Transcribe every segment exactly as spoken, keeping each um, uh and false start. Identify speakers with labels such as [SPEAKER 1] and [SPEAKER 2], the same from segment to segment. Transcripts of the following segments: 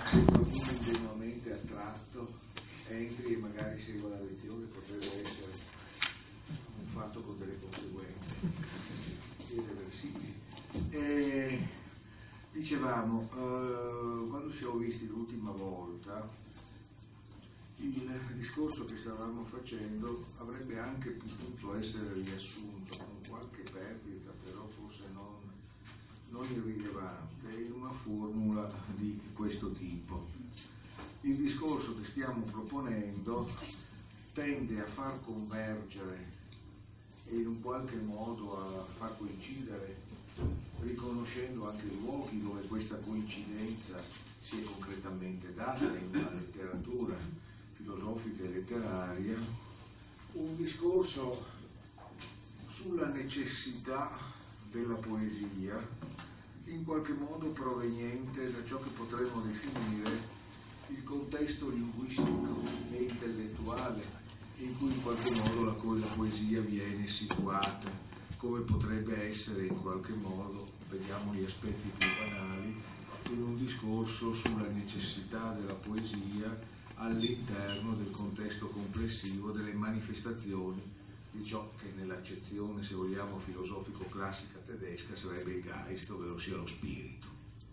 [SPEAKER 1] se qualcuno ingenuamente attratto entri e magari segua la lezione, potrebbe essere un fatto con delle conseguenze irreversibili. E dicevamo, eh, quando ci siamo visti l'ultima volta, il discorso che stavamo facendo avrebbe anche potuto essere riassunto con qualche perdita, però forse non, non irrilevante, in una formula di questo tipo. Il discorso che stiamo proponendo tende a far convergere e in un qualche modo a far coincidere, riconoscendo anche i luoghi dove questa coincidenza si è concretamente data in una letteratura filosofica e letteraria, un discorso sulla necessità della poesia, in qualche modo proveniente da ciò che potremmo definire il contesto linguistico e intellettuale in cui in qualche modo la, la poesia viene situata, come potrebbe essere in qualche modo, vediamo gli aspetti più banali, in un discorso sulla necessità della poesia all'interno del contesto complessivo delle manifestazioni di ciò che nell'accezione, se vogliamo, filosofico-classica tedesca sarebbe il Geist, ovvero sia lo spirito.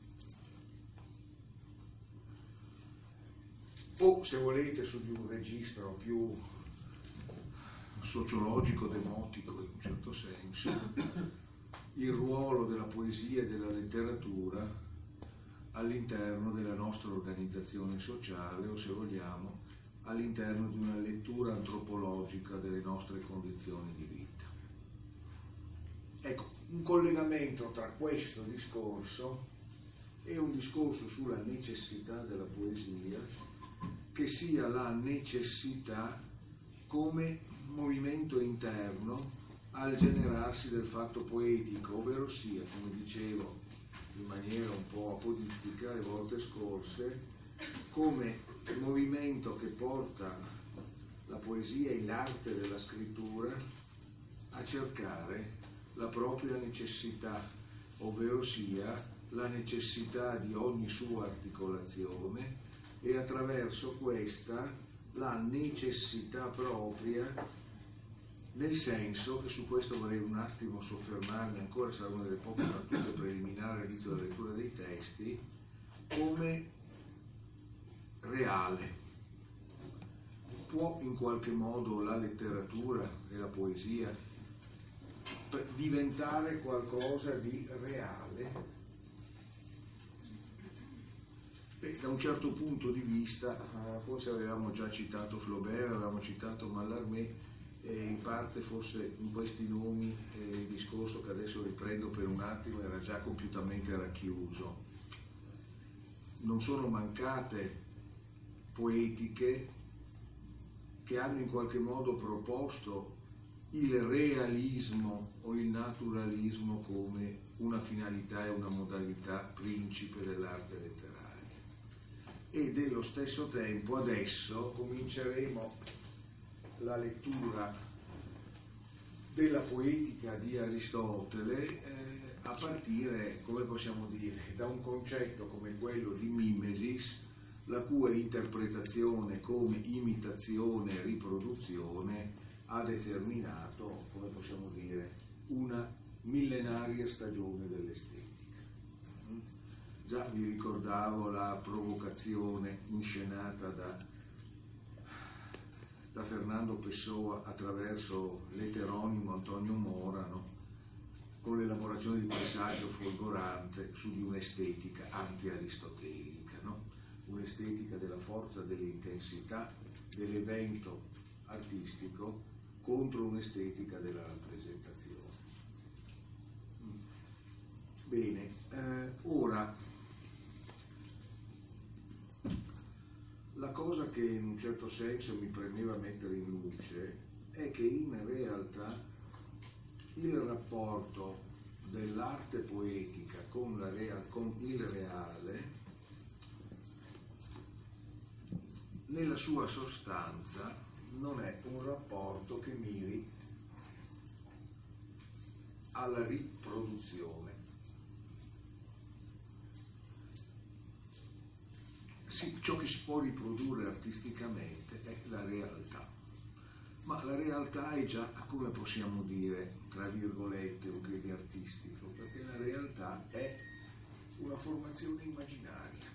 [SPEAKER 1] O, se volete, su di un registro più sociologico, demotico in un certo senso, il ruolo della poesia e della letteratura all'interno della nostra organizzazione sociale, o se vogliamo all'interno di una lettura antropologica delle nostre condizioni di vita. Ecco, un collegamento tra questo discorso e un discorso sulla necessità della poesia, che sia la necessità come movimento interno al generarsi del fatto poetico, ovvero sia, come dicevo in maniera un po' apodittica le volte scorse, come il movimento che porta la poesia e l'arte della scrittura a cercare la propria necessità, ovvero sia la necessità di ogni sua articolazione, e attraverso questa la necessità propria, nel senso, e su questo vorrei un attimo soffermarmi ancora, sarà una delle poche battute preliminari all'inizio della lettura dei testi, come reale. Può in qualche modo la letteratura e la poesia diventare qualcosa di reale? Beh, da un certo punto di vista, forse avevamo già citato Flaubert, avevamo citato Mallarmé, e in parte forse in questi nomi eh, il discorso che adesso riprendo per un attimo era già compiutamente racchiuso. Non sono mancate poetiche che hanno in qualche modo proposto il realismo o il naturalismo come una finalità e una modalità principe dell'arte letteraria. E dello stesso tempo adesso cominceremo la lettura della poetica di Aristotele eh, a partire, come possiamo dire, da un concetto come quello di mimesis, la cui interpretazione come imitazione e riproduzione ha determinato, come possiamo dire, una millenaria stagione dell'estetica. Già vi ricordavo la provocazione inscenata da da Fernando Pessoa attraverso l'eteronimo Antonio Mora, no? Con l'elaborazione di quel saggio folgorante su di un'estetica anti-aristotelica, no? Un'estetica della forza, dell'intensità, dell'evento artistico contro un'estetica della rappresentazione. Bene, eh, ora la cosa che in un certo senso mi premeva mettere in luce è che in realtà il rapporto dell'arte poetica con, la real, con il reale, nella sua sostanza, non è un rapporto che miri alla riproduzione. sì, ciò che si può riprodurre artisticamente è la realtà, ma la realtà è già, come possiamo dire, tra virgolette, un credito artistico, perché la realtà è una formazione immaginaria,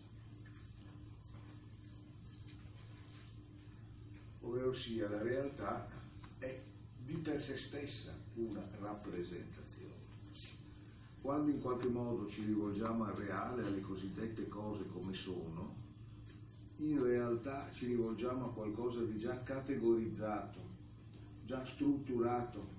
[SPEAKER 1] ovvero sia la realtà è di per sé stessa una rappresentazione. Quando in qualche modo ci rivolgiamo al reale, alle cosiddette cose come sono, in realtà ci rivolgiamo a qualcosa di già categorizzato, già strutturato.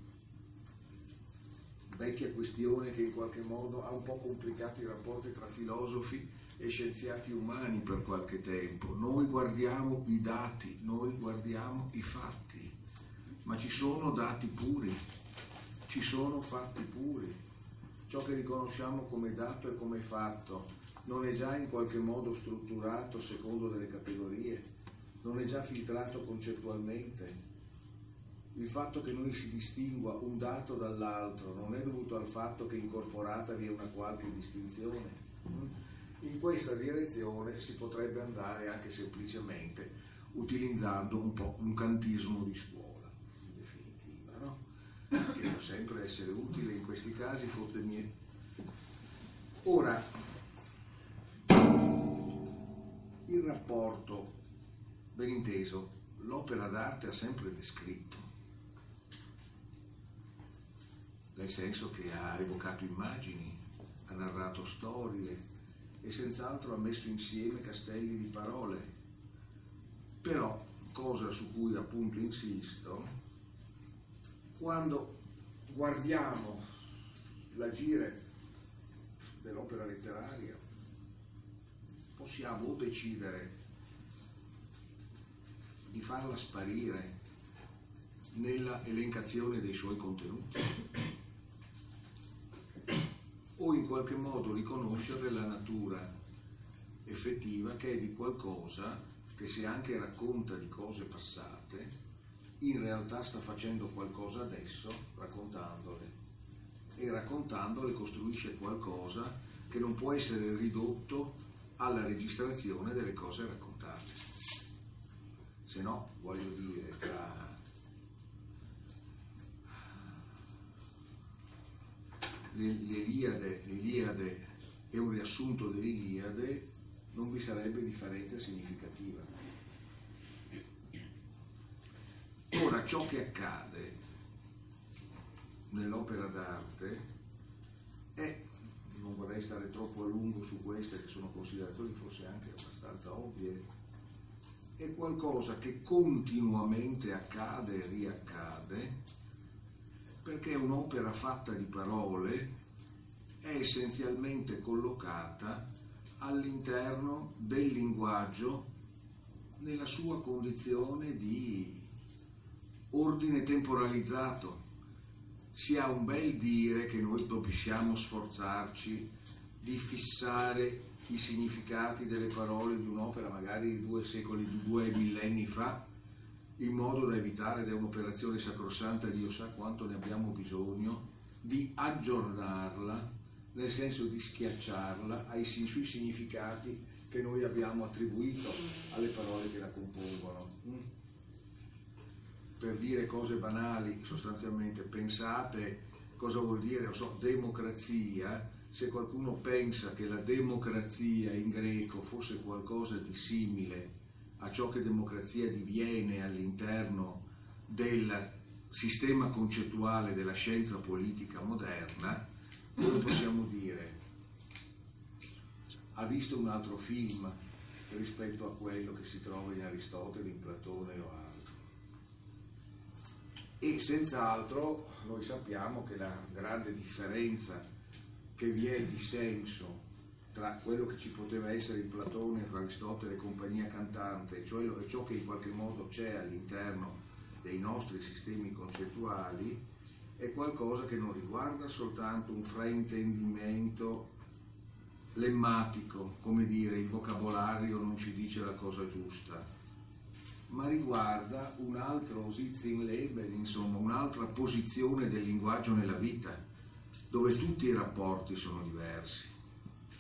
[SPEAKER 1] Vecchia questione che in qualche modo ha un po' complicato i rapporti tra filosofi e scienziati umani per qualche tempo. Noi guardiamo i dati, noi guardiamo i fatti, ma ci sono dati puri, ci sono fatti puri. Ciò che riconosciamo come dato e come fatto non è già in qualche modo strutturato secondo delle categorie, non è già filtrato concettualmente. Il fatto che noi si distingua un dato dall'altro non è dovuto al fatto che incorporata vi è una qualche distinzione. In questa direzione si potrebbe andare anche semplicemente utilizzando un po' un kantismo di scuola, in definitiva, no? Che può sempre essere utile in questi casi, fotte mie. Ora, il rapporto, ben inteso, l'opera d'arte ha sempre descritto, nel senso che ha evocato immagini, ha narrato storie e senz'altro ha messo insieme castelli di parole. Però, cosa su cui appunto insisto, quando guardiamo l'agire dell'opera letteraria, possiamo decidere di farla sparire nella elencazione dei suoi contenuti o in qualche modo riconoscere la natura effettiva che è di qualcosa che, se anche racconta di cose passate, in realtà sta facendo qualcosa adesso raccontandole, e raccontandole costruisce qualcosa che non può essere ridotto alla registrazione delle cose raccontate. Se no, voglio dire, tra l'Iliade, l'Iliade e un riassunto dell'Iliade non vi sarebbe differenza significativa. Ora, ciò che accade nell'opera d'arte è, non vorrei stare troppo a lungo su queste che sono considerazioni forse anche abbastanza ovvie, è qualcosa che continuamente accade e riaccade, perché un'opera fatta di parole è essenzialmente collocata all'interno del linguaggio nella sua condizione di ordine temporalizzato. Si ha un bel dire che noi dobbiamo sforzarci di fissare i significati delle parole di un'opera magari di due secoli, di due millenni fa, in modo da evitare, ed è un'operazione sacrosanta, Dio sa quanto ne abbiamo bisogno, di aggiornarla, nel senso di schiacciarla ai, sui significati che noi abbiamo attribuito alle parole che la compongono. Per dire cose banali, sostanzialmente, pensate cosa vuol dire, non so, democrazia. Se qualcuno pensa che la democrazia in greco fosse qualcosa di simile a ciò che democrazia diviene all'interno del sistema concettuale della scienza politica moderna, come possiamo dire? Ha visto un altro film rispetto a quello che si trova in Aristotele, in Platone o altro. E senz'altro noi sappiamo che la grande differenza che vi è di senso tra quello che ci poteva essere in Platone, Aristotele e compagnia cantante, cioè e ciò che in qualche modo c'è all'interno dei nostri sistemi concettuali, è qualcosa che non riguarda soltanto un fraintendimento lemmatico, come dire, il vocabolario non ci dice la cosa giusta, ma riguarda un altro Sitzungsleben, insomma, un'altra posizione del linguaggio nella vita, dove tutti i rapporti sono diversi.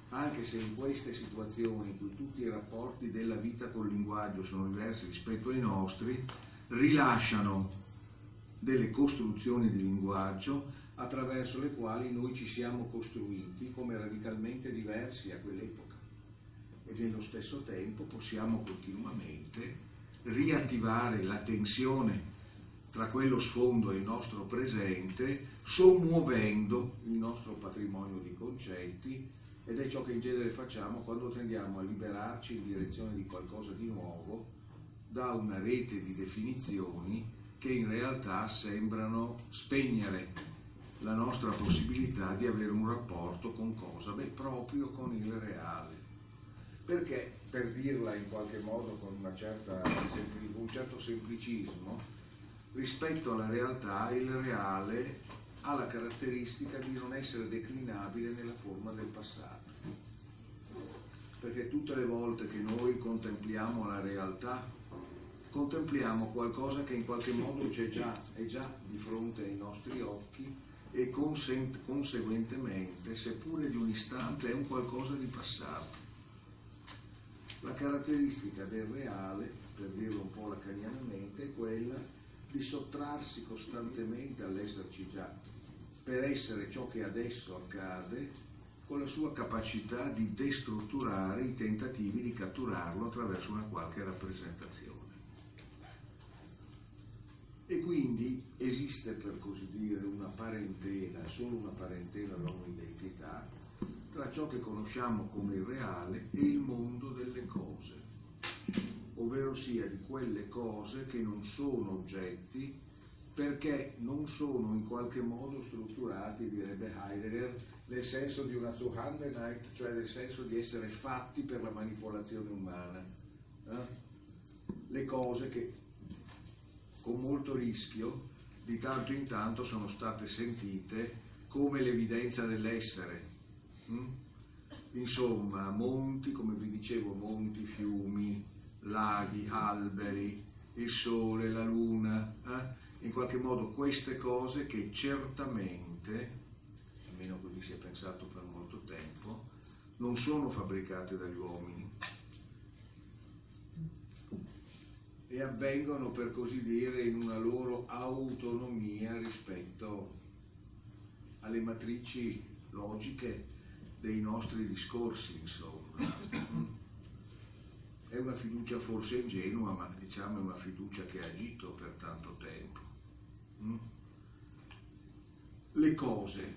[SPEAKER 1] anche se in queste situazioni in cui tutti i rapporti della vita col linguaggio sono diversi rispetto ai nostri, rilasciano delle costruzioni di linguaggio attraverso le quali noi ci siamo costruiti come radicalmente diversi a quell'epoca, e nello stesso tempo possiamo continuamente riattivare la tensione tra quello sfondo e il nostro presente, sommuovendo il nostro patrimonio di concetti, ed è ciò che in genere facciamo quando tendiamo a liberarci in direzione di qualcosa di nuovo da una rete di definizioni che in realtà sembrano spegnere la nostra possibilità di avere un rapporto con cosa? Beh, proprio con il reale. Perché, per dirla in qualche modo con una certa, un certo semplicismo, rispetto alla realtà, il reale ha la caratteristica di non essere declinabile nella forma del passato. Perché tutte le volte che noi contempliamo la realtà, contempliamo qualcosa che in qualche modo c'è già, è già di fronte ai nostri occhi, e consent- conseguentemente, seppure di un istante, è un qualcosa di passato. La caratteristica del reale, per dirlo un po' lacanianamente, è quella di sottrarsi costantemente all'esserci già, per essere ciò che adesso accade, con la sua capacità di destrutturare i tentativi di catturarlo attraverso una qualche rappresentazione. E quindi esiste, per così dire, una parentela, solo una parentela, non un'identità, tra ciò che conosciamo come il reale e il mondo delle cose, ovvero sia di quelle cose che non sono oggetti perché non sono in qualche modo strutturati, direbbe Heidegger, nel senso di una Zuhandenheit, cioè nel senso di essere fatti per la manipolazione umana. Eh? Le cose che con molto rischio di tanto in tanto sono state sentite come l'evidenza dell'essere. Mm? Insomma, monti, come vi dicevo, monti, fiumi, laghi, alberi, il sole, la luna, eh? In qualche modo queste cose che certamente, almeno così si è pensato per molto tempo, non sono fabbricate dagli uomini e avvengono, per così dire, in una loro autonomia rispetto alle matrici logiche dei nostri discorsi, insomma. È una fiducia forse ingenua, ma diciamo è una fiducia che ha agito per tanto tempo. Le cose,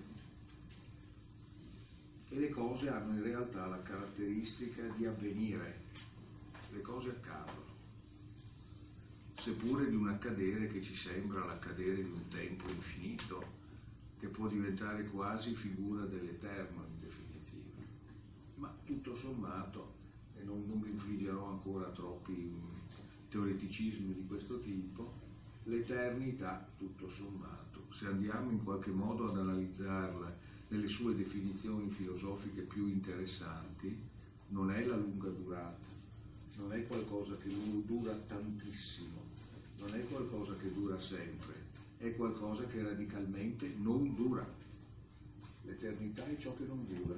[SPEAKER 1] e le cose hanno in realtà la caratteristica di avvenire, le cose accadono, seppure di un accadere che ci sembra l'accadere di un tempo infinito, che può diventare quasi figura dell'eterno in definitiva. Ma tutto sommato, e non, non mi infliggerò ancora troppi teoreticismi di questo tipo, l'eternità, tutto sommato, se andiamo in qualche modo ad analizzarla nelle sue definizioni filosofiche più interessanti, non è la lunga durata, non è qualcosa che dura tantissimo, non è qualcosa che dura sempre, è qualcosa che radicalmente non dura. L'eternità è ciò che non dura,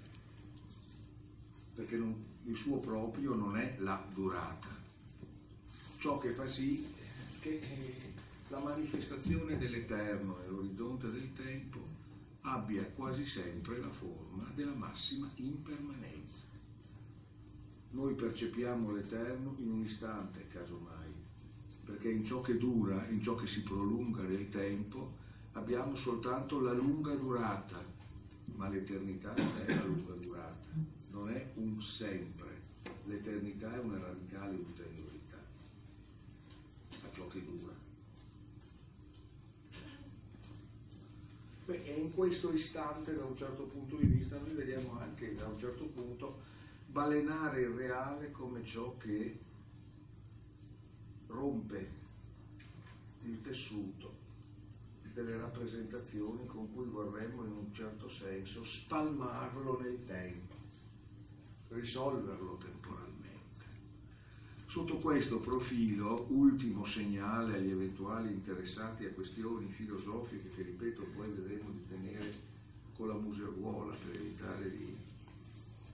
[SPEAKER 1] perché non, il suo proprio non è la durata, ciò che fa sì che la manifestazione dell'eterno nell'orizzonte del tempo abbia quasi sempre la forma della massima impermanenza. Noi percepiamo l'eterno in un istante, casomai, perché in ciò che dura, in ciò che si prolunga nel tempo, abbiamo soltanto la lunga durata, ma l'eternità non è la lunga durata, non è un sempre. L'eternità è una radicale ulteriorità a ciò che dura. Beh, e in questo istante, da un certo punto di vista, noi vediamo anche, da un certo punto, balenare il reale come ciò che rompe il tessuto delle rappresentazioni con cui vorremmo in un certo senso spalmarlo nel tempo, risolverlo temporalmente. Sotto questo profilo, ultimo segnale agli eventuali interessati a questioni filosofiche che, ripeto, poi vedremo di tenere con la museruola per evitare di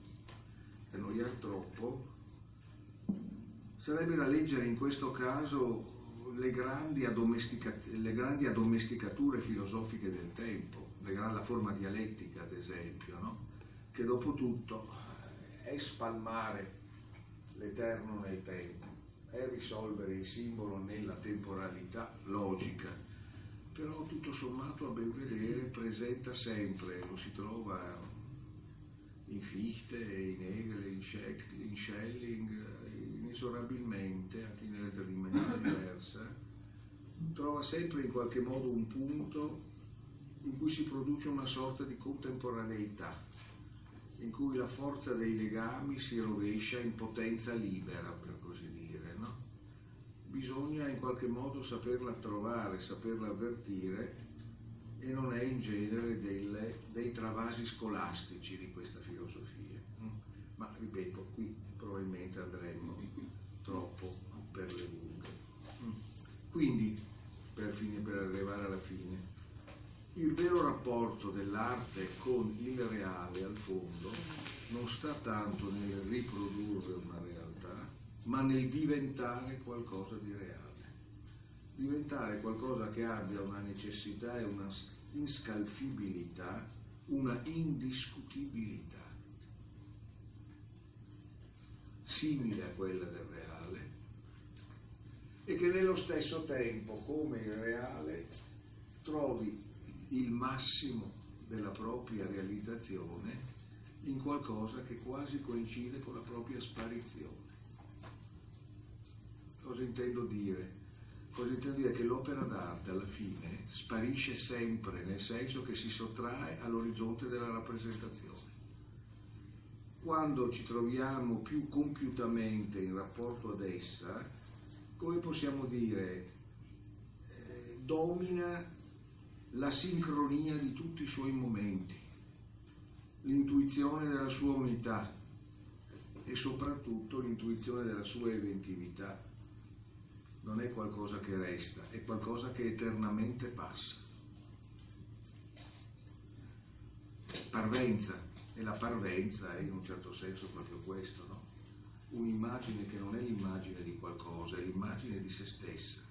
[SPEAKER 1] e annoiare troppo, sarebbe da leggere in questo caso le grandi, le grandi addomesticature filosofiche del tempo, la forma dialettica ad esempio, no? Che dopo tutto è spalmare l'eterno nel tempo, è risolvere il simbolo nella temporalità logica, però tutto sommato a ben vedere presenta sempre, lo si trova in Fichte, in Hegel, in, Schecht, in Schelling, inesorabilmente, anche in maniera diversa, trova sempre in qualche modo un punto in cui si produce una sorta di contemporaneità, in cui la forza dei legami si rovescia in potenza libera, per così dire, no? Bisogna in qualche modo saperla trovare, saperla avvertire, e non è in genere delle, dei travasi scolastici di questa filosofia. Ma ripeto, qui probabilmente andremo troppo per le lunghe. Quindi, per, fine, per arrivare alla fine, il vero rapporto dell'arte con il reale, al fondo, non sta tanto nel riprodurre una realtà, ma nel diventare qualcosa di reale. Diventare qualcosa che abbia una necessità e una inscalfibilità, una indiscutibilità, simile a quella del reale, e che nello stesso tempo, come il reale, trovi il massimo della propria realizzazione in qualcosa che quasi coincide con la propria sparizione. Cosa intendo dire? Cosa intendo dire? Che l'opera d'arte alla fine sparisce sempre, nel senso che si sottrae all'orizzonte della rappresentazione. Quando ci troviamo più compiutamente in rapporto ad essa, come possiamo dire, eh, domina la sincronia di tutti i suoi momenti, l'intuizione della sua unità e soprattutto l'intuizione della sua eventività. Non è qualcosa che resta, è qualcosa che eternamente passa. Parvenza, e la parvenza è in un certo senso proprio questo, no? Un'immagine che non è l'immagine di qualcosa, è l'immagine di se stessa,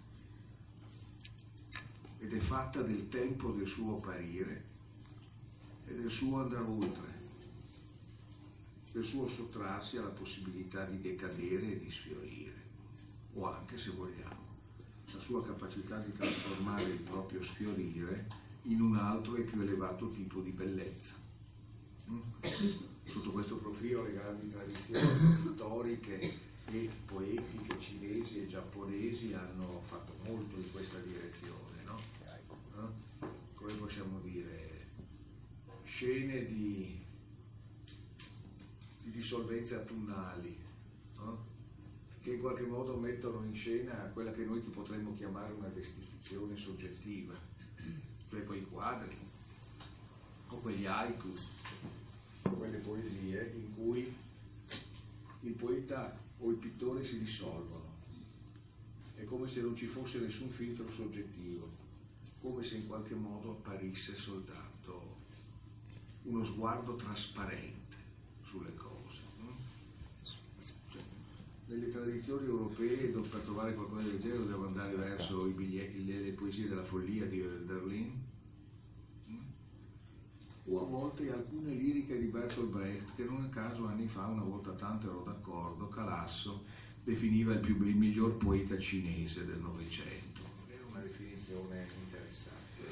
[SPEAKER 1] ed è fatta del tempo del suo apparire e del suo andare oltre, del suo sottrarsi alla possibilità di decadere e di sfiorire, o anche, se vogliamo, la sua capacità di trasformare il proprio sfiorire in un altro e più elevato tipo di bellezza. Sotto questo profilo le grandi tradizioni pittoriche e poetiche cinesi e giapponesi hanno fatto molto in questa direzione, no? Eh? Come possiamo dire, scene di, di dissolvenze autunnali, no? Che in qualche modo mettono in scena quella che noi potremmo chiamare una destituzione soggettiva, cioè quei quadri o quegli haiku, quelle poesie in cui il poeta o il pittore si dissolvono. È come se non ci fosse nessun filtro soggettivo, come se in qualche modo apparisse soltanto uno sguardo trasparente sulle cose. Cioè, nelle tradizioni europee, per trovare qualcosa del genere, dobbiamo andare verso i biglietti, le, le poesie della follia di Hölderlin, o a volte alcune liriche di Bertolt Brecht, che non a caso anni fa, una volta tanto ero d'accordo, Calasso definiva il, più, il miglior poeta cinese del Novecento. Era una definizione interessante.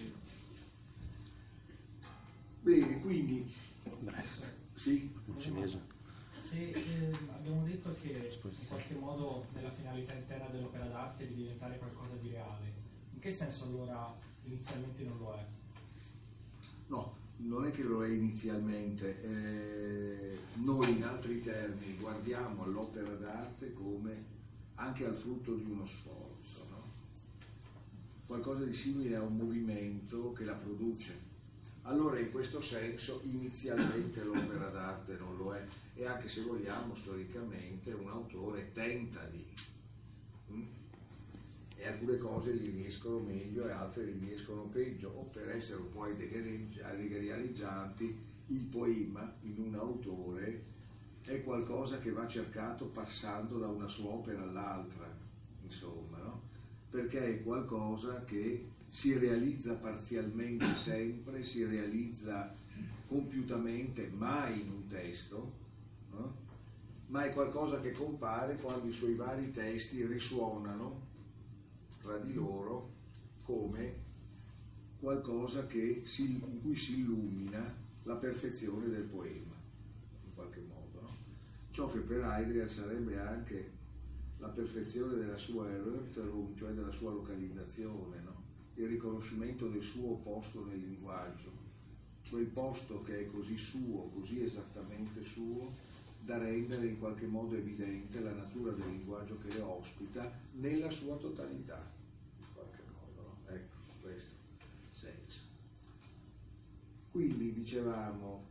[SPEAKER 1] Bene, quindi
[SPEAKER 2] Brecht,
[SPEAKER 1] sì,
[SPEAKER 2] un cinese.
[SPEAKER 3] Se eh, abbiamo detto che in qualche modo nella finalità interna dell'opera d'arte è di diventare qualcosa di reale, in che senso allora inizialmente non lo è?
[SPEAKER 1] No, non è che lo è inizialmente, eh, noi in altri termini guardiamo all'opera d'arte come anche al frutto di uno sforzo, no? Qualcosa di simile a un movimento che la produce. Allora in questo senso inizialmente l'opera d'arte non lo è, e anche se vogliamo storicamente un autore tenta di, hm? e alcune cose gli riescono meglio e altre gli riescono peggio, o per essere un po' realizzanti, il poema in un autore è qualcosa che va cercato passando da una sua opera all'altra, insomma, no? Perché è qualcosa che si realizza parzialmente sempre, si realizza compiutamente mai in un testo, no? Ma è qualcosa che compare quando i suoi vari testi risuonano tra di loro come qualcosa che si, in cui si illumina la perfezione del poema, in qualche modo, no? Ciò che per Heidegger sarebbe anche la perfezione della sua Erörterung, cioè della sua localizzazione, no? Il riconoscimento del suo posto nel linguaggio, quel posto che è così suo, così esattamente suo, da rendere in qualche modo evidente la natura del linguaggio che le ospita nella sua totalità, in qualche modo, no? Ecco, questo senso. Quindi dicevamo,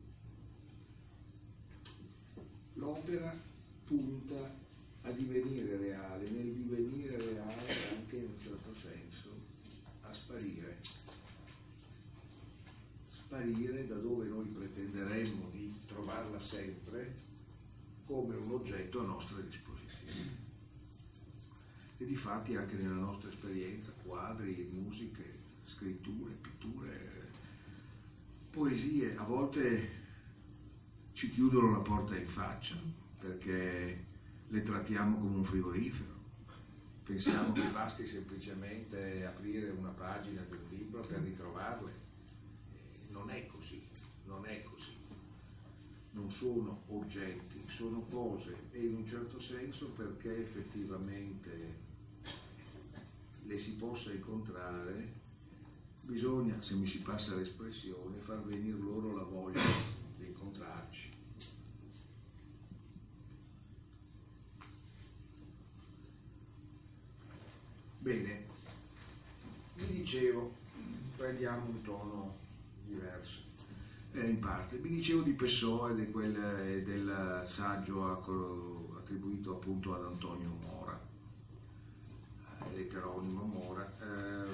[SPEAKER 1] l'opera punta a divenire reale, nel divenire reale anche in un certo senso a sparire. Sparire da dove noi pretenderemmo di trovarla sempre come un oggetto a nostra disposizione. E difatti anche nella nostra esperienza, quadri, musiche, scritture, pitture, poesie, a volte ci chiudono la porta in faccia perché le trattiamo come un frigorifero. Pensiamo che basti semplicemente aprire una pagina di un libro per ritrovarle. Non è così, non è così. Non sono oggetti, sono cose, e in un certo senso perché effettivamente le si possa incontrare bisogna, se mi si passa l'espressione, far venire loro la voglia di incontrarci. Bene, vi dicevo, prendiamo un tono diverso, eh, in parte, vi dicevo di Pessoa e di quel, eh, del saggio attribuito appunto ad Antonio Mora, eh, l'eteronimo Mora, eh,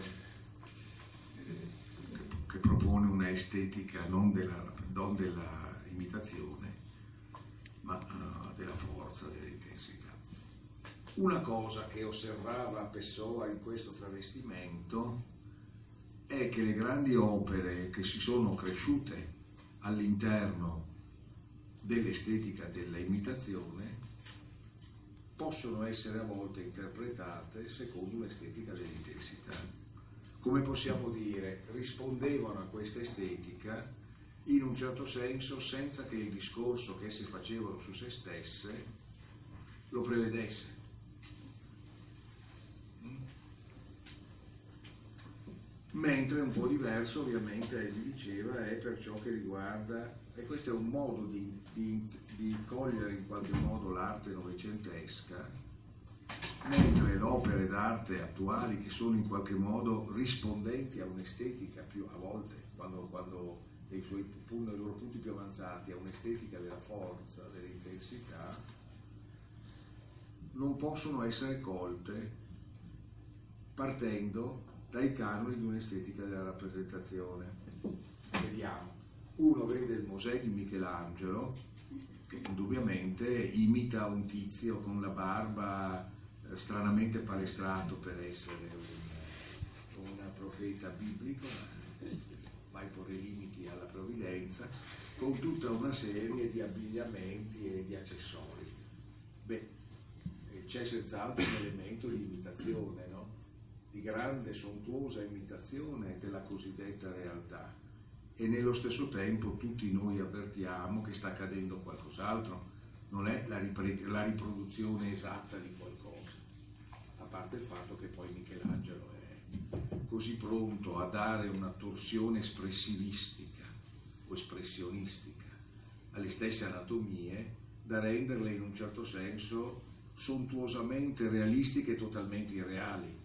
[SPEAKER 1] che, che propone una estetica non della, non della imitazione, ma uh, della forza, dell'intensità. Una cosa che osservava Pessoa in questo travestimento è che le grandi opere che si sono cresciute all'interno dell'estetica della imitazione possono essere a volte interpretate secondo l'estetica dell'intensità. Come possiamo dire, rispondevano a questa estetica in un certo senso senza che il discorso che esse facevano su se stesse lo prevedesse. Mentre un po' diverso ovviamente egli diceva è per ciò che riguarda, e questo è un modo di, di, di cogliere in qualche modo l'arte novecentesca, mentre le opere d'arte attuali che sono in qualche modo rispondenti a un'estetica più, a volte, quando, quando nei, suoi, nei loro punti più avanzati, a un'estetica della forza, dell'intensità, non possono essere colte partendo dai canoni di un'estetica della rappresentazione. Vediamo, uno vede il Mosè di Michelangelo, che indubbiamente imita un tizio con la barba eh, stranamente palestrato per essere un, un profeta biblico, mai porre limiti alla provvidenza, con tutta una serie di abbigliamenti e di accessori. Beh, c'è senz'altro un elemento di imitazione, no? Di grande, sontuosa imitazione della cosiddetta realtà, e nello stesso tempo tutti noi avvertiamo che sta accadendo qualcos'altro, non è la, ripre- la riproduzione esatta di qualcosa, a parte il fatto che poi Michelangelo è così pronto a dare una torsione espressivistica o espressionistica alle stesse anatomie da renderle in un certo senso sontuosamente realistiche e totalmente irreali.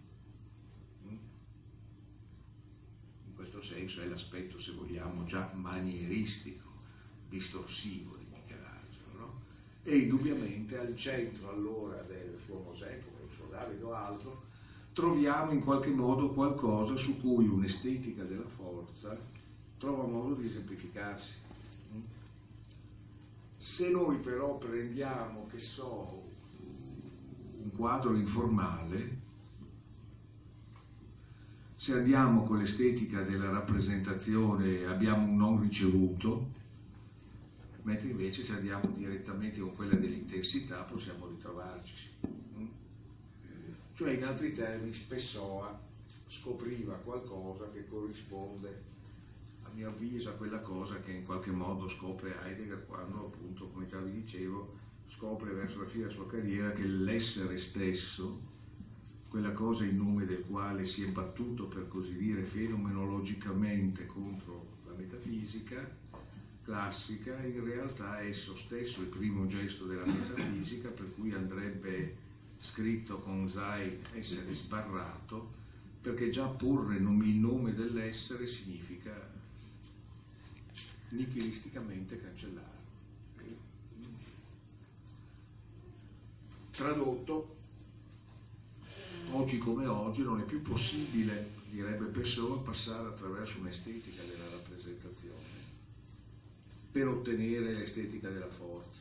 [SPEAKER 1] In questo senso è l'aspetto, se vogliamo, già manieristico, distorsivo di Michelangelo, no? E indubbiamente al centro allora del suo Mosè, come il suo Davide o altro, troviamo in qualche modo qualcosa su cui un'estetica della forza trova modo di esemplificarsi. Se noi però prendiamo, che so, un quadro informale, se andiamo con l'estetica della rappresentazione abbiamo un non ricevuto, mentre invece se andiamo direttamente con quella dell'intensità possiamo ritrovarci. Cioè, in altri termini, Pessoa scopriva qualcosa che corrisponde, a mio avviso, a quella cosa che in qualche modo scopre Heidegger quando, appunto, come già vi dicevo, scopre verso la fine della sua carriera che l'essere stesso, quella cosa in nome del quale si è battuto, per così dire, fenomenologicamente contro la metafisica classica, in realtà è esso stesso il primo gesto della metafisica, per cui andrebbe scritto con Zaid essere sbarrato, perché già porre il nome dell'essere significa nichilisticamente cancellare. Tradotto, oggi come oggi non è più possibile, direbbe Pessoa, passare attraverso un'estetica della rappresentazione per ottenere l'estetica della forza.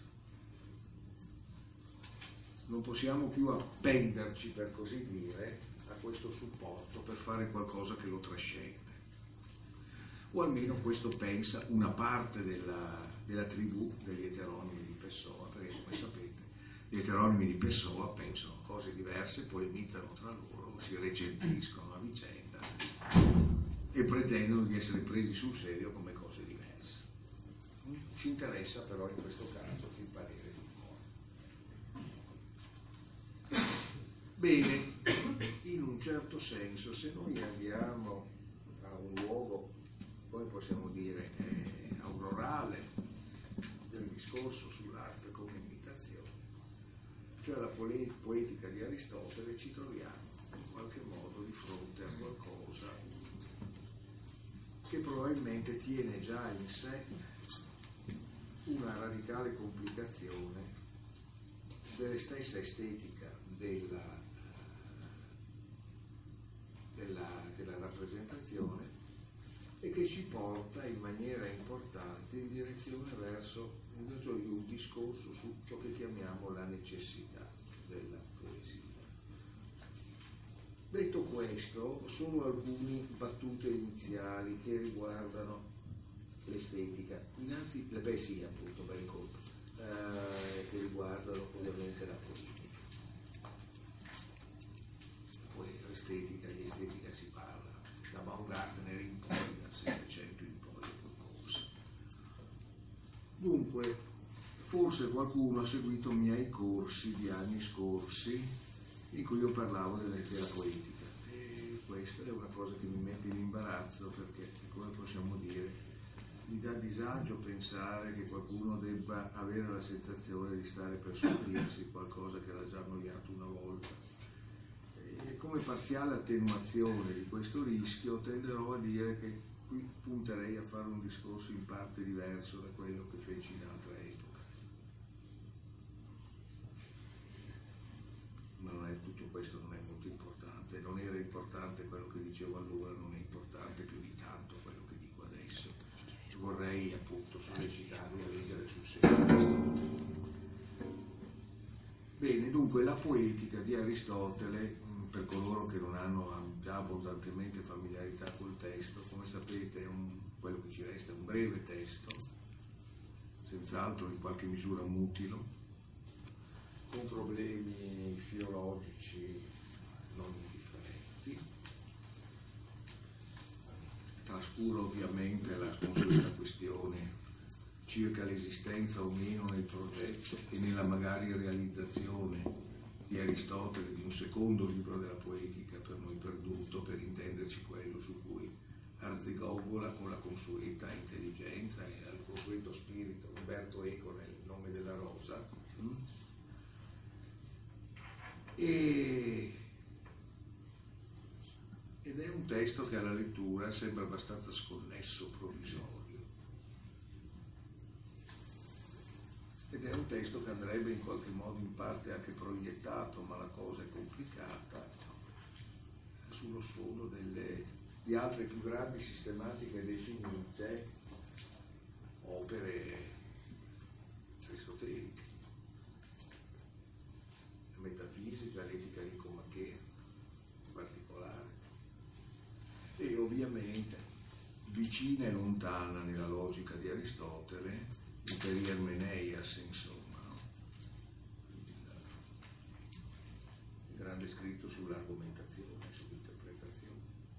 [SPEAKER 1] Non possiamo più appenderci, per così dire, a questo supporto per fare qualcosa che lo trascende. O almeno questo pensa una parte della, della tribù degli eteronimi di Pessoa, perché come sapete gli eteronimi di Pessoa pensano cose diverse, polemizzano tra loro, si recentiscono a vicenda e pretendono di essere presi sul serio come cose diverse. Ci interessa però in questo caso il parere di Moore. Bene, in un certo senso, se noi andiamo a un luogo, poi possiamo dire eh, aurorale del discorso sull'arte come imitazione, cioè la pole- poetica di Aristotele, ci troviamo in qualche modo di fronte a qualcosa che probabilmente tiene già in sé una radicale complicazione della stessa estetica della, della, della rappresentazione e che ci porta in maniera importante in direzione verso un discorso su ciò che chiamiamo la necessità della poesia. Detto questo, sono alcune battute iniziali che riguardano l'estetica, innanzi, beh sì, appunto, bel colpo, eh, che riguardano ovviamente la politica. Poi l'estetica, di estetica si parla da Baumgartner in poi, dal Settecento in poi, qualcosa. Dunque, forse qualcuno ha seguito i miei corsi di anni scorsi in cui io parlavo della, della poetica, e questa è una cosa che mi mette in imbarazzo, perché, come possiamo dire, mi dà disagio pensare che qualcuno debba avere la sensazione di stare per scoprirsi qualcosa che l'ha già annoiato una volta. E come parziale attenuazione di questo rischio tenderò a dire che qui punterei a fare un discorso in parte diverso da quello che feci in altra epoca. Ma non è, tutto questo non è molto importante, non era importante quello che dicevo allora, non è importante più di tanto quello che dico adesso. Vorrei appunto sollecitarvi a leggere sul serio Aristotele. Bene, dunque la poetica di Aristotele, per coloro che non hanno già abbondantemente familiarità col testo, come sapete è un, quello che ci resta è un breve testo, senz'altro in qualche misura mutilo, con problemi filologici non indifferenti. Trascuro ovviamente la consueta questione circa l'esistenza o meno nel progetto e nella magari realizzazione di Aristotele di un secondo libro della poetica, per noi perduto, per intenderci quello su cui arzigogola con la consueta intelligenza e al consueto spirito Umberto Eco nel Nome della Rosa. E ed è un testo che alla lettura sembra abbastanza sconnesso, provvisorio. Ed è un testo che andrebbe in qualche modo in parte anche proiettato, ma la cosa è complicata, sullo sfondo delle, di altre più grandi sistematiche definite, opere aristoteliche, la metafisica, l'etica nicomachea in particolare, e ovviamente vicina e lontana nella logica di Aristotele, il Perihermeneias, insomma, no? Il grande scritto sull'argomentazione, sull'interpretazione.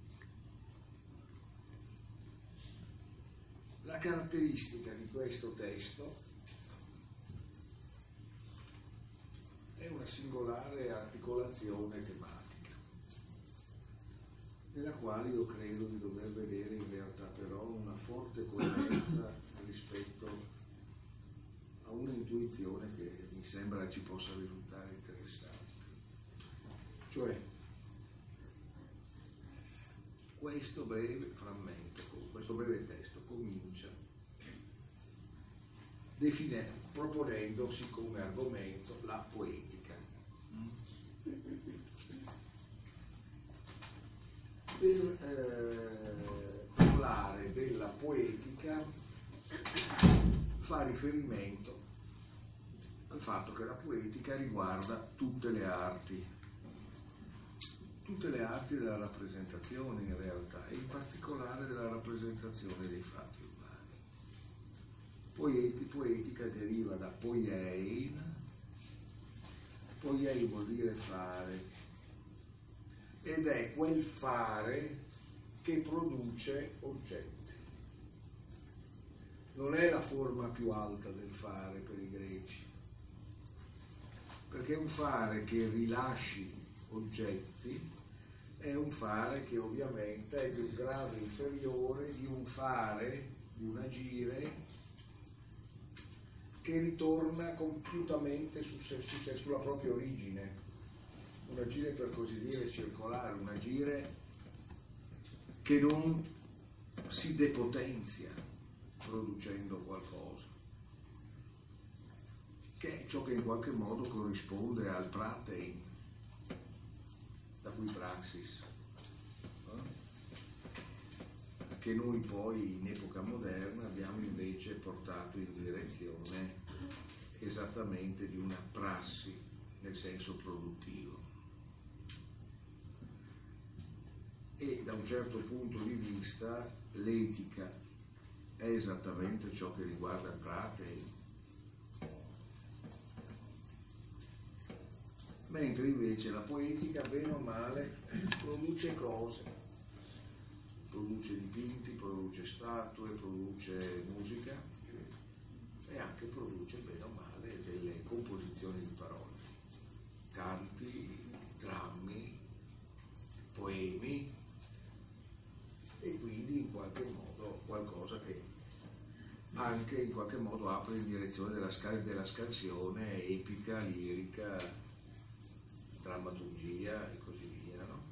[SPEAKER 1] La caratteristica di questo testo è una singolare articolazione tematica, nella quale io credo di dover vedere in realtà però una forte coerenza rispetto a un'intuizione che mi sembra ci possa risultare interessante. Cioè, questo breve frammento, questo breve testo comincia define, proponendosi come argomento la poetica. Per eh, parlare della poetica fa riferimento al fatto che la poetica riguarda tutte le arti, tutte le arti della rappresentazione in realtà, e in particolare della rappresentazione dei fatti umani. Poeti, poetica deriva da poiein, poiein vuol dire fare, ed è quel fare che produce oggetti. Non è la forma più alta del fare per i greci, perché un fare che rilasci oggetti è un fare che ovviamente è di un grado inferiore di un fare, di un agire che ritorna compiutamente su se, su se, sulla propria origine, un agire per così dire circolare, un agire che non si depotenzia producendo qualcosa, che è ciò che in qualche modo corrisponde al pratein, da cui praxis, no? Che noi poi in epoca moderna abbiamo invece portato in direzione esattamente di una prassi nel senso produttivo. E da un certo punto di vista l'etica è esattamente ciò che riguarda il pratein, mentre invece la poetica, bene o male, produce cose, produce dipinti, produce statue, produce musica e anche produce, bene o male, delle composizioni di parole, canti, drammi, poemi, e quindi in qualche modo qualcosa che anche in qualche modo apre in direzione della, scal- della scansione epica, lirica, drammaturgia e così via, no?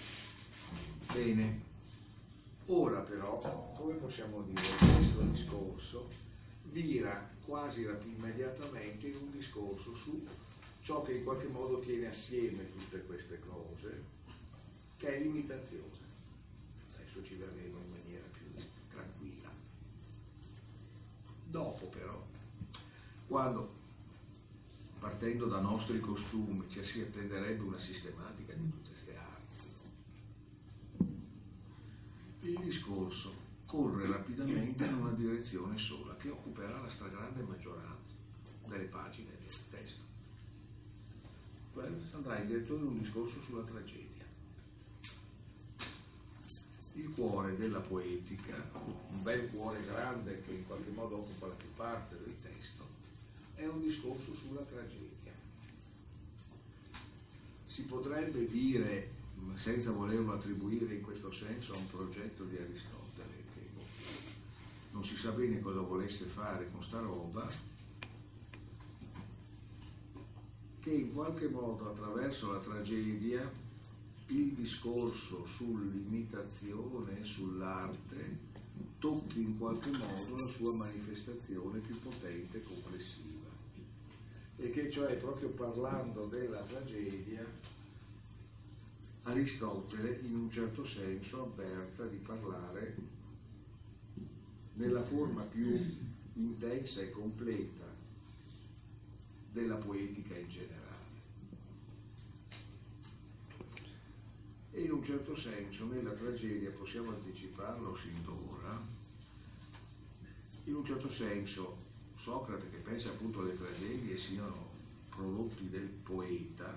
[SPEAKER 1] Bene, ora però, come possiamo dire, questo discorso vira quasi immediatamente in un discorso su ciò che in qualche modo tiene assieme tutte queste cose, che è l'imitazione. Adesso ci vedremo in maniera più tranquilla. Dopo però, quando partendo da nostri costumi ci si attenderebbe una sistematica di tutte queste arti, il discorso corre rapidamente in una direzione sola che occuperà la stragrande maggioranza delle pagine del testo, cioè andrà in direzione di un discorso sulla tragedia. Il cuore della poetica, un bel cuore grande che in qualche modo occupa la più parte del testo, è un discorso sulla tragedia. Si potrebbe dire, senza volerlo attribuire in questo senso a un progetto di Aristotele, che non si sa bene cosa volesse fare con sta roba, che in qualche modo attraverso la tragedia il discorso sull'imitazione e sull'arte tocchi in qualche modo la sua manifestazione più potente e complessiva, e che cioè proprio parlando della tragedia Aristotele in un certo senso avverta di parlare nella forma più intensa e completa della poetica in generale. E in un certo senso nella tragedia, possiamo anticiparlo sin d'ora, in un certo senso Socrate, che pensa appunto alle tragedie siano prodotti del poeta,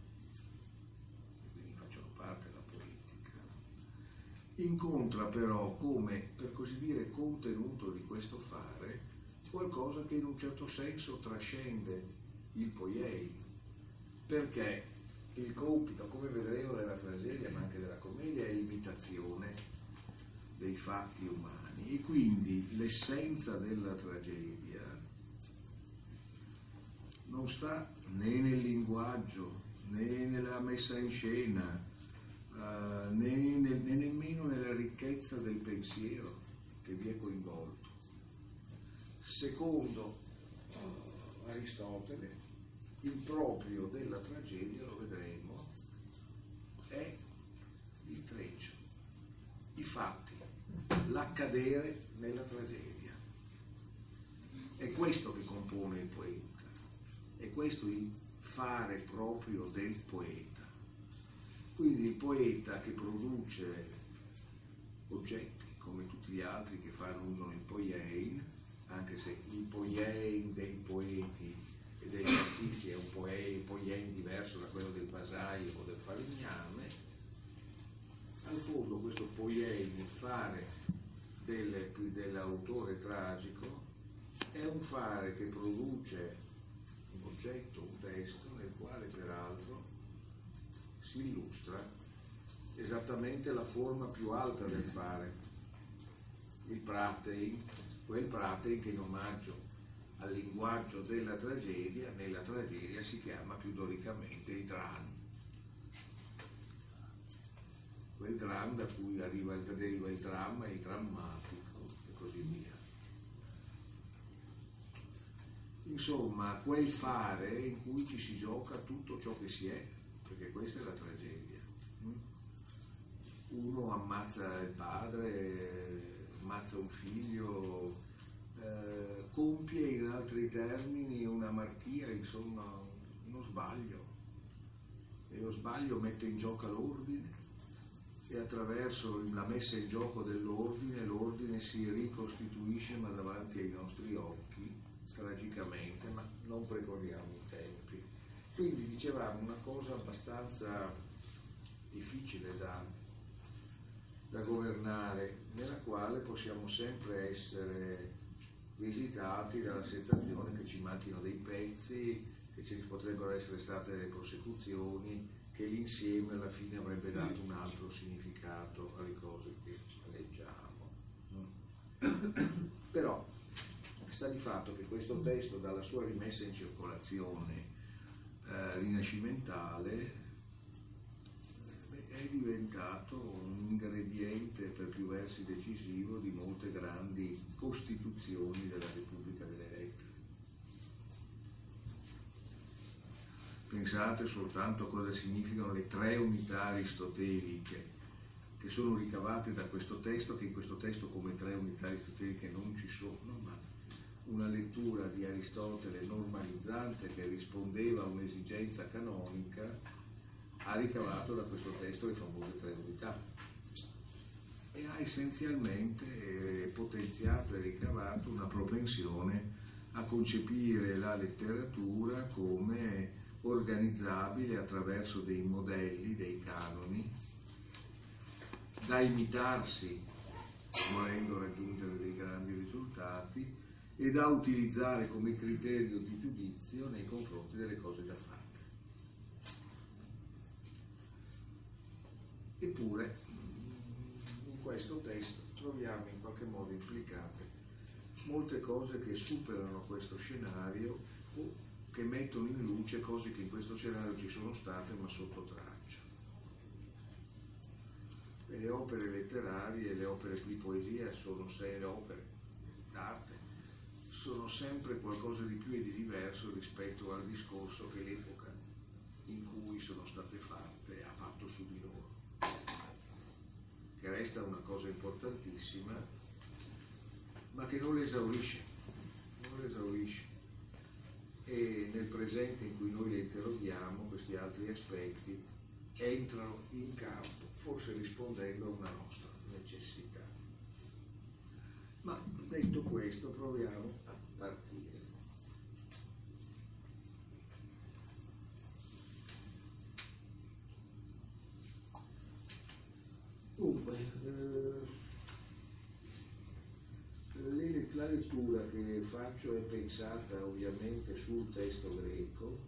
[SPEAKER 1] e quindi facciano parte della poetica, incontra però come, per così dire, contenuto di questo fare qualcosa che in un certo senso trascende il poiei, perché il compito, come vedremo nella tragedia ma anche nella commedia, è l'imitazione dei fatti umani, e quindi l'essenza della tragedia non sta né nel linguaggio né nella messa in scena uh, né, nel, né nemmeno nella ricchezza del pensiero che vi è coinvolto. Secondo uh, Aristotele, il proprio della tragedia, lo vedremo, è il treccio, i fatti, l'accadere nella tragedia. È questo che compone il poeta, è questo il fare proprio del poeta. Quindi il poeta che produce oggetti come tutti gli altri che fanno usano il poiein, anche se il poiein dei poeti e degli artisti è un poiein, poiein diverso da quello del vasaio o del falegname, al fondo questo poiein, il fare del, dell'autore tragico, è un fare che produce un oggetto, un testo, nel quale peraltro si illustra esattamente la forma più alta del fare, il pratein, quel pratein che in omaggio al linguaggio della tragedia, nella tragedia si chiama più doricamente il dram, quel dram da cui arriva, deriva il dramma, il drammatico e così via. Insomma, quel fare in cui ci si gioca tutto ciò che si è, perché questa è la tragedia. Uno ammazza il padre, ammazza un figlio, eh, compie in altri termini una martia, insomma uno sbaglio, e lo sbaglio mette in gioco l'ordine, e attraverso la messa in gioco dell'ordine l'ordine si ricostituisce ma davanti ai nostri occhi tragicamente, ma non precorriamo i tempi. Quindi dicevamo una cosa abbastanza difficile da, da governare, nella quale possiamo sempre essere visitati dalla sensazione che ci manchino dei pezzi, che ci potrebbero essere state delle prosecuzioni, che l'insieme alla fine avrebbe dato un altro significato alle cose che leggiamo. Però sta di fatto che questo testo, dalla sua rimessa in circolazione eh, rinascimentale, è diventato un ingrediente per più versi decisivo di molte grandi costituzioni della Repubblica delle Lettere. Pensate soltanto a cosa significano le tre unità aristoteliche che sono ricavate da questo testo, che in questo testo come tre unità aristoteliche non ci sono, ma una lettura di Aristotele normalizzante che rispondeva a un'esigenza canonica ha ricavato da questo testo le famose tre unità e ha essenzialmente potenziato e ricavato una propensione a concepire la letteratura come organizzabile attraverso dei modelli, dei canoni, da imitarsi volendo raggiungere dei grandi risultati e da utilizzare come criterio di giudizio nei confronti delle cose già fatte. Eppure in questo testo troviamo in qualche modo implicate molte cose che superano questo scenario o che mettono in luce cose che in questo scenario ci sono state ma sotto traccia. E le opere letterarie, le opere di poesia sono sei opere d'arte, sono sempre qualcosa di più e di diverso rispetto al discorso che l'epoca in cui sono state fatte ha fatto su di loro, che resta una cosa importantissima, ma che non le esaurisce, non le esaurisce. e nel presente in cui noi le interroghiamo questi altri aspetti entrano in campo, forse rispondendo a una nostra necessità. Ma detto questo, proviamo a partire. Dunque, eh, la lettura che faccio è pensata ovviamente sul testo greco.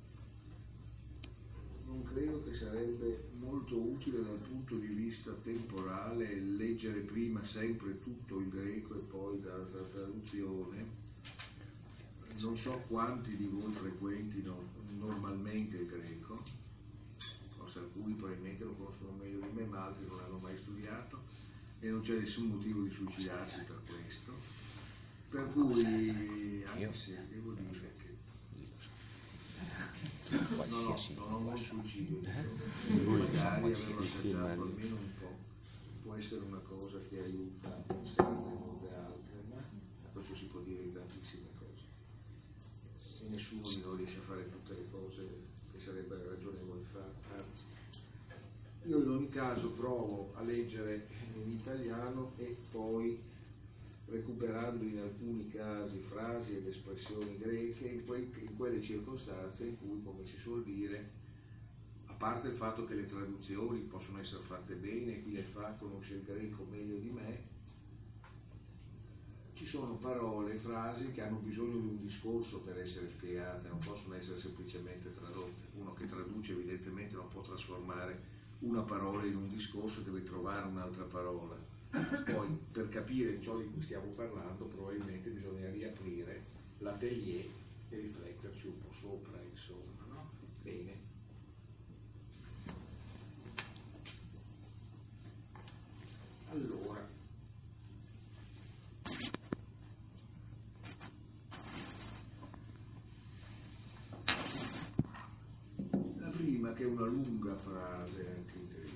[SPEAKER 1] Non credo che sarebbe molto utile dal punto di vista temporale leggere prima sempre tutto il greco e poi dalla traduzione. Non so quanti di voi frequentino normalmente il greco, forse alcuni probabilmente lo conoscono meglio di me, ma altri non l'hanno mai studiato e non c'è nessun motivo di suicidarsi per questo. Per cui, anche se devo dire che no, no, non ho un suicidio, magari averlo assaggiato almeno un po', può essere una cosa che aiuta a pensare a molte altre, ma questo si può dire di tantissime cose e nessuno di noi riesce a fare tutte le cose che sarebbe ragionevole fare, anzi. Io in ogni caso provo a leggere in italiano e poi, recuperando in alcuni casi frasi ed espressioni greche in, quei, in quelle circostanze in cui, come si suol dire, a parte il fatto che le traduzioni possono essere fatte bene, chi le fa conosce il greco meglio di me, ci sono parole, frasi che hanno bisogno di un discorso per essere spiegate, non possono essere semplicemente tradotte. Uno che traduce evidentemente non può trasformare una parola in un discorso, deve trovare un'altra parola. Poi per capire ciò di cui stiamo parlando probabilmente bisogna riaprire l'atelier e rifletterci un po' sopra, insomma, no? Bene. Allora, la prima, che è una lunga frase anche in greco,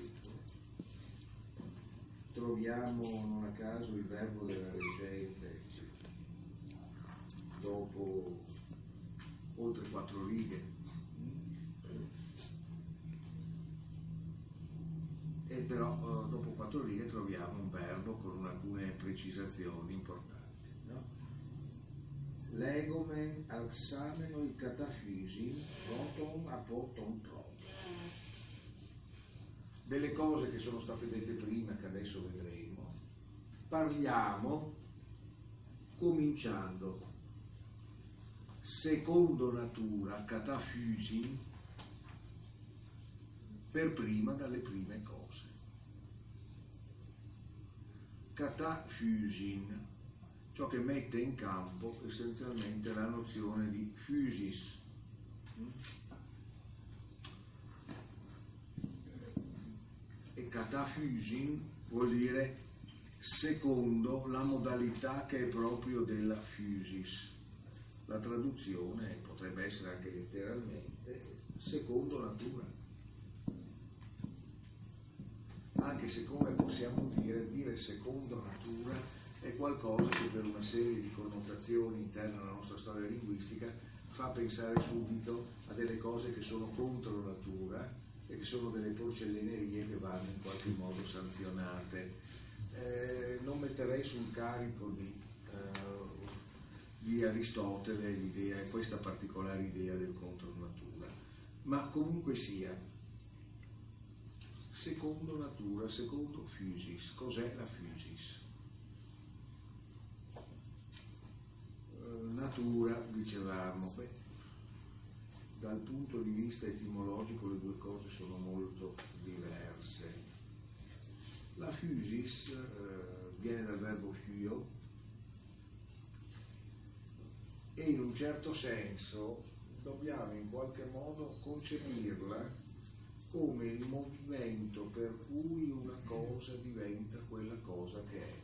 [SPEAKER 1] troviamo non a caso il verbo della recente dopo oltre quattro righe, e però eh, dopo quattro righe troviamo un verbo con alcune precisazioni importanti, no? Legomen alxamenoi cataphysin proton apoton pro. Delle cose che sono state dette prima, che adesso vedremo, parliamo cominciando secondo natura, cataphysin, per prima dalle prime cose. Cataphysin, ciò che mette in campo essenzialmente la nozione di physis. E cataphysin vuol dire secondo la modalità che è proprio della physis. La traduzione potrebbe essere anche letteralmente secondo natura, anche se, come possiamo dire, dire secondo natura è qualcosa che per una serie di connotazioni interne alla nostra storia linguistica fa pensare subito a delle cose che sono contro natura e che sono delle porcellinerie che vanno in qualche modo sanzionate. Eh, non metterei sul carico di, eh, di Aristotele l'idea, questa particolare idea del contro natura, ma comunque sia, secondo natura, secondo physis. Cos'è la physis? Eh, natura, dicevamo, beh, dal punto di vista etimologico le due cose sono molto diverse. La physis eh, viene dal verbo phyo e in un certo senso dobbiamo in qualche modo concepirla come il movimento per cui una cosa diventa quella cosa che è.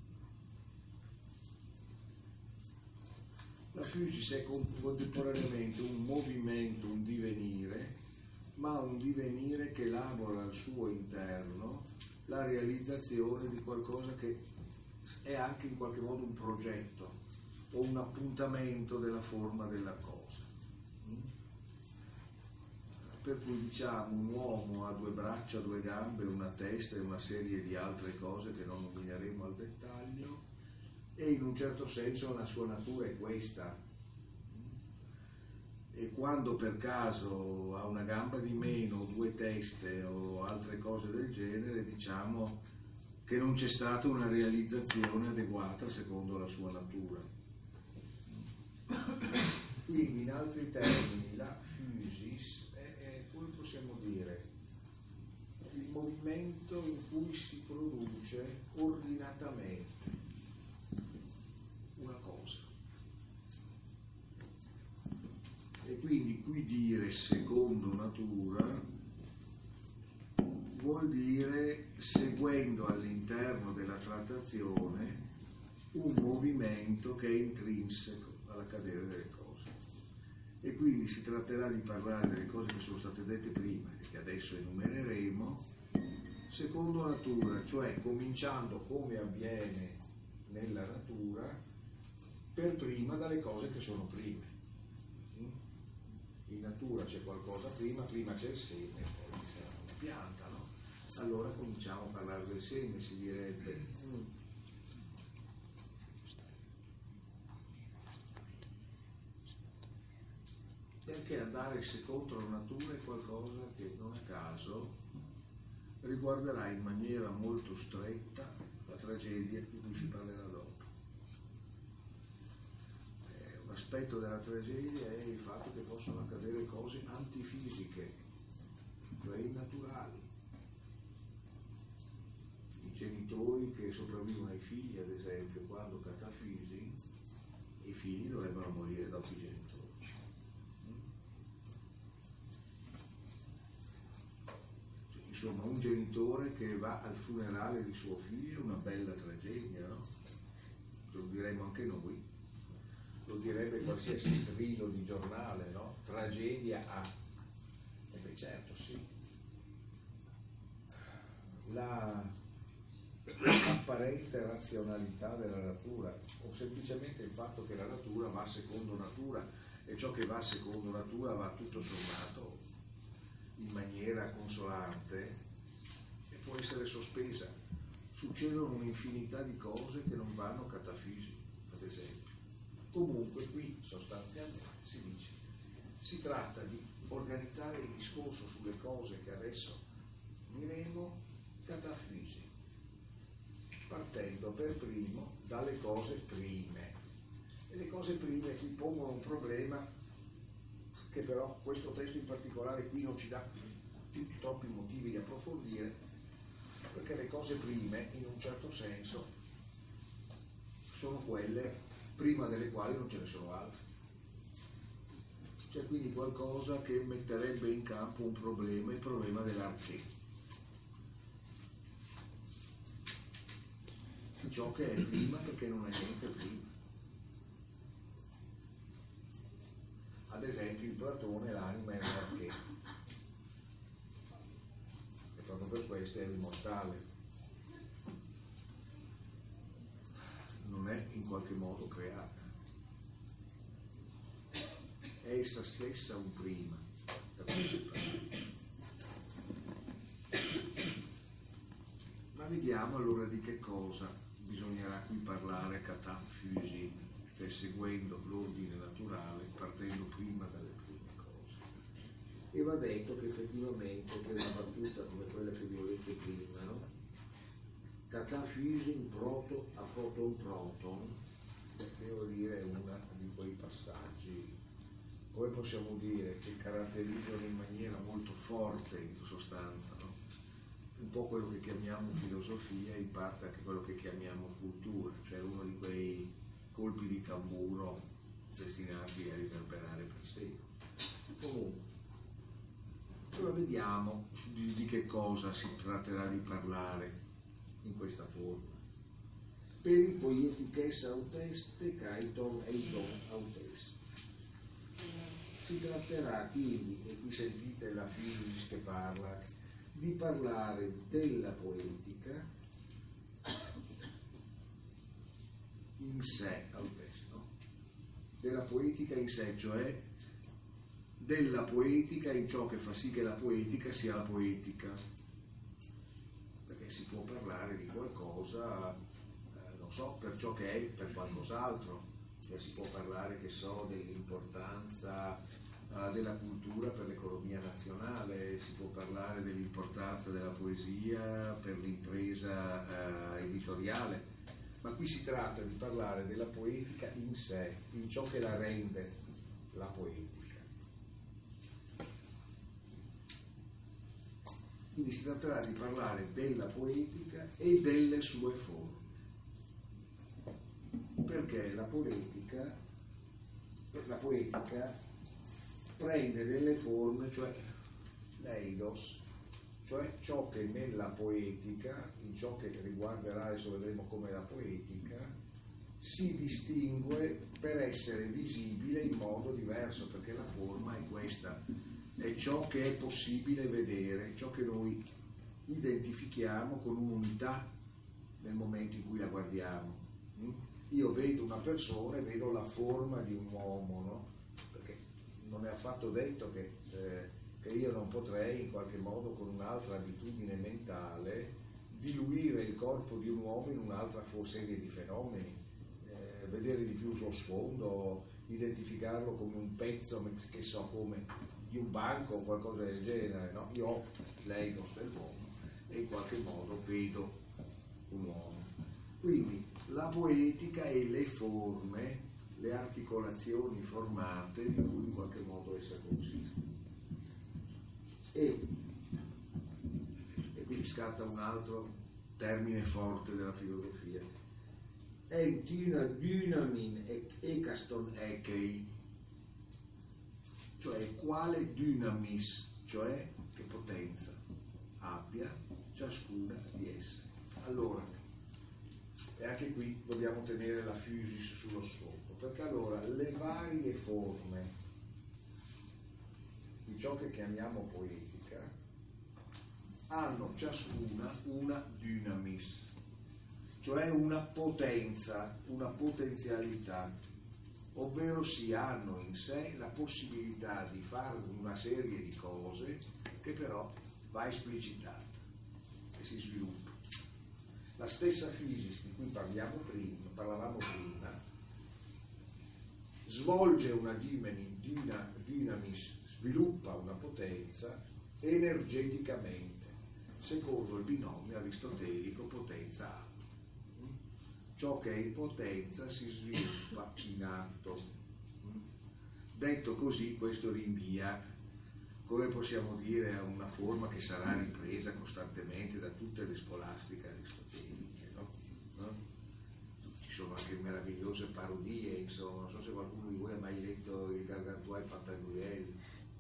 [SPEAKER 1] La physis è contemporaneamente un movimento, un divenire, ma un divenire che elabora al suo interno la realizzazione di qualcosa che è anche in qualche modo un progetto o un appuntamento della forma della cosa. per cui diciamo un uomo ha due braccia, due gambe, una testa e una serie di altre cose che non nomineremo al dettaglio, e in un certo senso la sua natura è questa. E quando per caso ha una gamba di meno, due teste o altre cose del genere, diciamo che non c'è stata una realizzazione adeguata secondo la sua natura. Quindi in altri termini la physis è, è, come possiamo dire, il movimento in cui si produce ordinatamente una cosa. E quindi qui dire secondo natura vuol dire seguendo all'interno della trattazione un movimento che è intrinseco all'accadere delle cose. E quindi si tratterà di parlare delle cose che sono state dette prima e che adesso enumereremo secondo natura, cioè cominciando come avviene nella natura per prima dalle cose che sono prime. In natura c'è qualcosa prima, prima c'è il seme, poi c'è una pianta, no? Allora cominciamo a parlare del seme, si direbbe. Mm. Perché andare secondo la natura è qualcosa che non a caso riguarderà in maniera molto stretta la tragedia di cui si parlerà dopo. Un aspetto della tragedia è il fatto che possono accadere cose antifisiche, cioè innaturali. I genitori che sopravvivono ai figli, ad esempio, quando catafisi, i figli dovrebbero morire dopo i genitori. Insomma, un genitore che va al funerale di suo figlio è una bella tragedia, no? Lo diremmo anche noi, lo direbbe qualsiasi strillo di giornale, no? Tragedia a. E beh certo, sì. La apparente razionalità della natura, o semplicemente il fatto che la natura va secondo natura, e ciò che va secondo natura va tutto sommato in maniera consolante e può essere sospesa. Succedono un'infinità di cose che non vanno catafisi, ad esempio. Comunque qui sostanzialmente si dice, si tratta di organizzare il discorso sulle cose che adesso diremo catafisi, partendo per primo dalle cose prime. E le cose prime qui pongono un problema che però questo testo in particolare qui non ci dà troppi motivi di approfondire, perché le cose prime in un certo senso sono quelle prima delle quali non ce ne sono altre. C'è quindi qualcosa che metterebbe in campo un problema, il problema dell'arché, di ciò che è prima perché non è niente prima. Ad esempio in Platone l'anima è un arché, e proprio per questo è immortale, non è in qualche modo creata, è essa stessa un prima, ma vediamo allora di che cosa bisognerà qui parlare catafisi, cioè seguendo l'ordine naturale, partendo prima dalle prime cose. E va detto che effettivamente che una battuta come quella che vi ho detto prima, no? Catafisi proto a proton proton, devo dire, è uno di quei passaggi, come possiamo dire, che caratterizzano in maniera molto forte in sostanza, no? Un po' quello che chiamiamo filosofia e in parte anche quello che chiamiamo cultura, cioè uno di quei colpi di tamburo destinati a riverberare per secoli. Comunque, ora vediamo di, di che cosa si tratterà di parlare in questa forma. Per i poieticas auteste caiton eiton auteste. Si tratterà quindi, e qui sentite la Physis che parla, di parlare della poetica in sé, al testo, della poetica in sé, cioè della poetica in ciò che fa sì che la poetica sia la poetica, perché si può parlare di qualcosa, eh, non so, per ciò che è, per qualcos'altro, cioè si può parlare, che so, dell'importanza eh, della cultura per l'economia nazionale, si può parlare dell'importanza della poesia per l'impresa eh, editoriale, ma qui si tratta di parlare della poetica in sé, in ciò che la rende la poetica. Quindi si tratterà di parlare della poetica e delle sue forme, perché la poetica, la poetica prende delle forme, cioè l'eidos, cioè ciò che nella poetica, in ciò che riguarderà, adesso vedremo come la poetica, si distingue per essere visibile in modo diverso, perché la forma è questa, è ciò che è possibile vedere, ciò che noi identifichiamo con un'unità nel momento in cui la guardiamo. Io vedo una persona e vedo la forma di un uomo, no? Perché non è affatto detto che, eh, che io non potrei in qualche modo con un'altra abitudine mentale diluire il corpo di un uomo in un'altra serie di fenomeni, eh, vedere di più il suo sfondo, identificarlo come un pezzo, che so, come di un banco o qualcosa del genere, no? Io ho l'eidos dell'uomo e in qualche modo vedo un uomo. Quindi la poetica e le forme, le articolazioni formate di cui in qualche modo essa consiste. E, e quindi scatta un altro termine forte della filosofia. Entina dynamin ekaston ekei, cioè quale dynamis, cioè che potenza abbia ciascuna di esse. Allora, e anche qui dobbiamo tenere la physis sullo sfondo, perché allora le varie forme di ciò che chiamiamo poetica hanno ciascuna una dynamis, cioè una potenza, una potenzialità, ovvero si hanno in sé la possibilità di fare una serie di cose che però va esplicitata e si sviluppa. La stessa physis di cui parliamo prima, parlavamo prima, svolge una dynamis, sviluppa una potenza energeticamente, secondo il binomio aristotelico potenza-atto. Ciò che è in potenza si sviluppa in atto. Detto così, questo rinvia, come possiamo dire, a una forma che sarà ripresa costantemente da tutte le scolastiche aristoteliche, no? No? Ci sono anche meravigliose parodie, insomma, non so se qualcuno di voi ha mai letto il Gargantua e Pantagruel,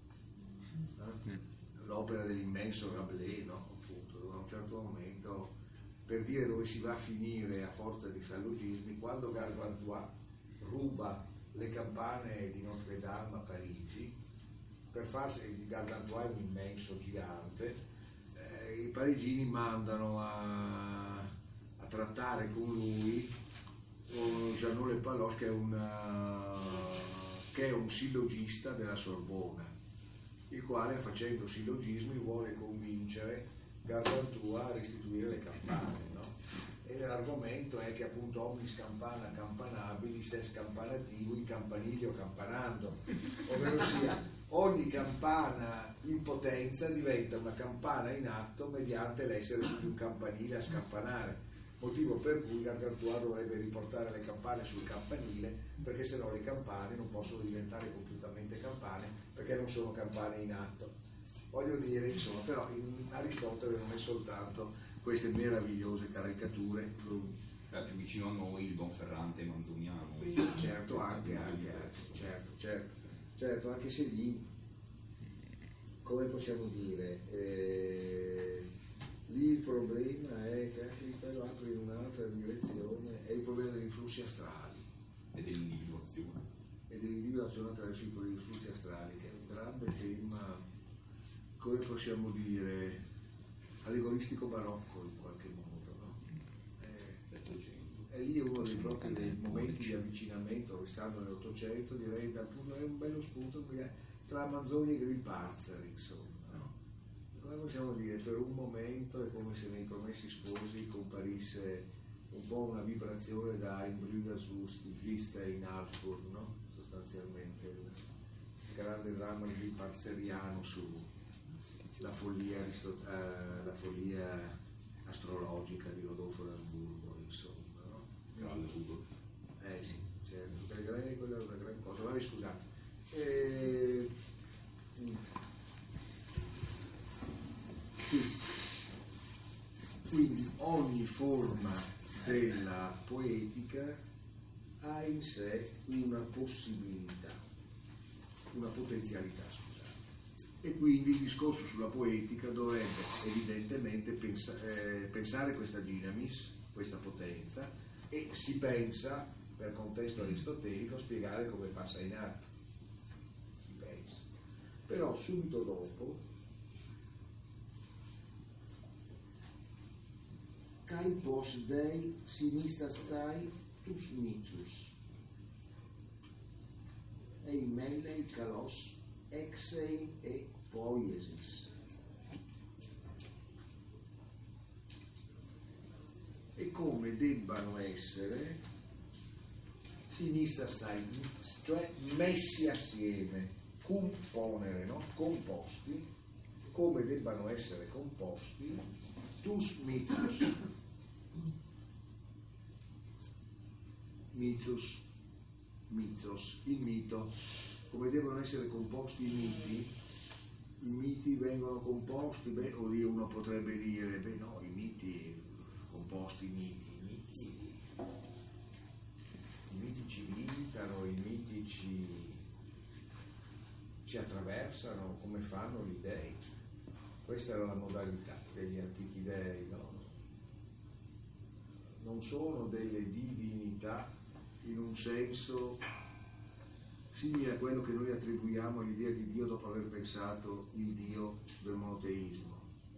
[SPEAKER 1] no? L'opera dell'immenso Rabelais, no? Appunto, dove a un certo momento, per dire dove si va a finire a forza di sallogismi, quando Gargantua ruba le campane di Notre Dame a Parigi, per farsi, Gargantua è un immenso gigante, eh, i parigini mandano a, a trattare con lui con Jeannot Le Paloche, che è, una, che è un sillogista della Sorbona, il quale, facendo sillogismi, vuole convincere Gargantua a restituire le campane, no? E l'argomento è che appunto omnis campana campanabilis est campanativo campanilio campanando, ovvero sia ogni campana in potenza diventa una campana in atto mediante l'essere su di un campanile a scampanare, motivo per cui Gargantua dovrebbe riportare le campane sul campanile, perché sennò le campane non possono diventare compiutamente campane, perché non sono campane in atto. Voglio dire, insomma, però in Aristotele non è soltanto queste meravigliose caricature.
[SPEAKER 2] Era più vicino a noi il Bonferrante manzoniano.
[SPEAKER 1] Beh, certo, anche, anche, anche, certo, certo, certo, anche se lì, come possiamo dire, eh, lì il problema è che anche lì però apre in un'altra direzione, è il problema degli influssi astrali.
[SPEAKER 2] E dell'individuazione.
[SPEAKER 1] E dell'individuazione attraverso i influssi astrali, che è un grande tema, come possiamo dire, allegoristico barocco in qualche modo, no? E lì è uno dei propri dei momenti di avvicinamento, restando nell'Ottocento, direi dal punto è un bello spunto, perché tra Manzoni e Grillparzer, insomma, no? Come possiamo dire, per un momento è come se nei Promessi Sposi comparisse un po' una vibrazione da In Brüderswurst, il Vista in Hartford, no? Sostanzialmente il grande dramma grillparzeriano sulla follia, eh, la follia astrologica di Rodolfo d'Amburgo, insomma, no? Eh sì, cioè, per Grey quella è una gran cosa. Vabbè, scusate. Eh, sì. Quindi ogni forma della poetica ha in sé una possibilità, una potenzialità, scusate. E quindi il discorso sulla poetica dovrebbe evidentemente pensa, eh, pensare questa dinamis, questa potenza, e si pensa, per contesto aristotelico, spiegare come passa in atto. Si pensa. Però subito dopo Kai pos dei sinistra stai tus mitsus ei mellei kalos exein e poiesis. E come debbano essere sinistra stai, cioè messi assieme, componere, no? Composti, come debbano essere composti tus mitsus. Mythos, mythos, il mito, come devono essere composti i miti. I miti vengono composti, beh, o lì uno potrebbe dire, beh no, i miti, composti i miti, i miti, i miti ci visitano, i miti ci, ci attraversano, come fanno gli dei. Questa era la modalità degli antichi dei, no? Non sono delle divinità in un senso simile a quello che noi attribuiamo all'idea di Dio dopo aver pensato il Dio del monoteismo.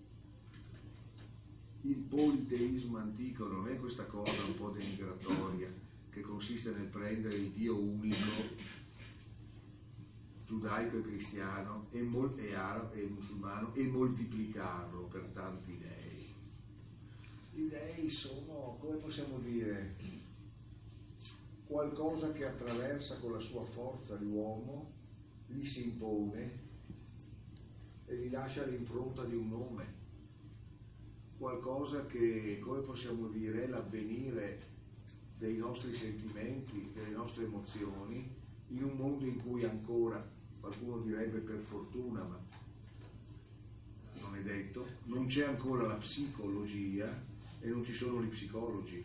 [SPEAKER 1] Il politeismo antico non è questa cosa un po' denigratoria che consiste nel prendere il Dio unico, giudaico e cristiano e, mol- e arabo e musulmano e moltiplicarlo per tanti dei. Gli dei sono, come possiamo dire, qualcosa che attraversa con la sua forza l'uomo, gli si impone e gli lascia l'impronta di un nome, qualcosa che, come possiamo dire, è l'avvenire dei nostri sentimenti, delle nostre emozioni, in un mondo in cui ancora, qualcuno direbbe per fortuna, ma non è detto, non c'è ancora la psicologia e non ci sono gli psicologi.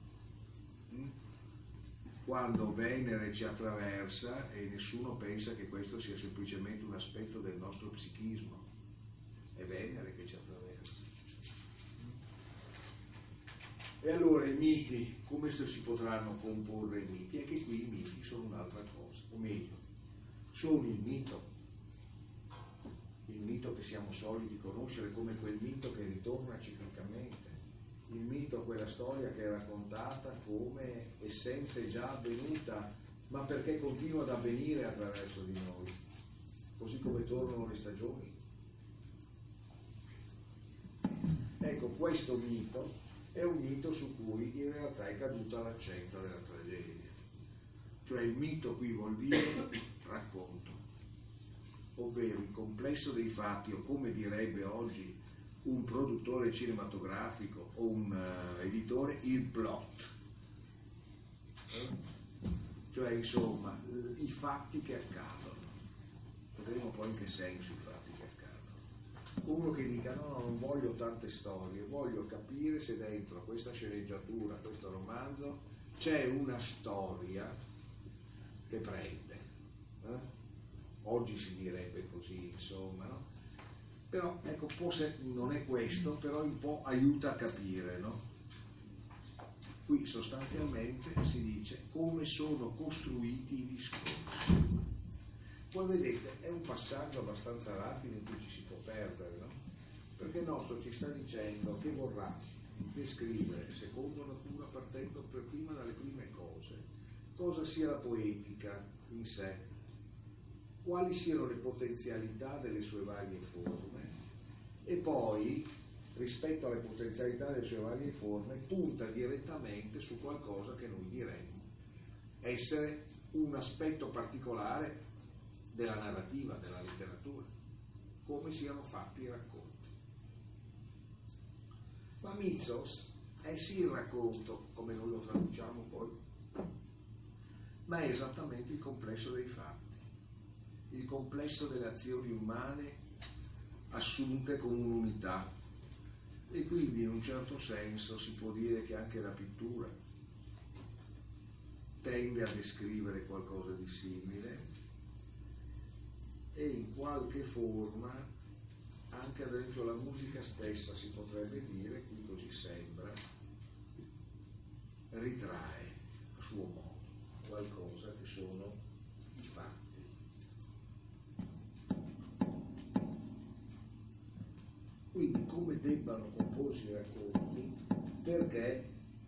[SPEAKER 1] Quando Venere ci attraversa e nessuno pensa che questo sia semplicemente un aspetto del nostro psichismo, è Venere che ci attraversa. E allora i miti, come se si potranno comporre i miti? È che qui i miti sono un'altra cosa, o meglio, sono il mito, il mito che siamo soliti conoscere come quel mito che ritorna ciclicamente. Il mito, quella storia che è raccontata come essente già avvenuta, ma perché continua ad avvenire attraverso di noi, così come tornano le stagioni. Ecco, questo mito è un mito su cui in realtà è caduta l'accento della tragedia. Cioè il mito qui vuol dire racconto, ovvero il complesso dei fatti, o come direbbe oggi un produttore cinematografico o un uh, editore, il plot, eh? Cioè insomma i fatti che accadono. Vedremo poi in che senso i fatti che accadono. Uno che dica no, no, non voglio tante storie, voglio capire se dentro questa sceneggiatura, questo romanzo c'è una storia che prende, eh? Oggi si direbbe così, insomma, no? Però ecco, forse non è questo, però un po' aiuta a capire, no? Qui sostanzialmente si dice come sono costruiti i discorsi. Poi vedete, è un passaggio abbastanza rapido in cui ci si può perdere, no? Perché il nostro ci sta dicendo che vorrà descrivere, secondo natura, partendo per prima dalle prime cose, cosa sia la poetica in sé, quali siano le potenzialità delle sue varie forme e poi, rispetto alle potenzialità delle sue varie forme, punta direttamente su qualcosa che noi diremmo essere un aspetto particolare della narrativa, della letteratura, come siano fatti i racconti. Ma mythos è sì il racconto, come noi lo traduciamo poi, ma è esattamente il complesso dei fatti, il complesso delle azioni umane assunte come un'unità. E quindi in un certo senso si può dire che anche la pittura tende a descrivere qualcosa di simile e in qualche forma anche dentro la musica stessa, si potrebbe dire, qui così sembra, ritrae a suo modo qualcosa che sono i fatti. Quindi come debbano comporsi i racconti, perché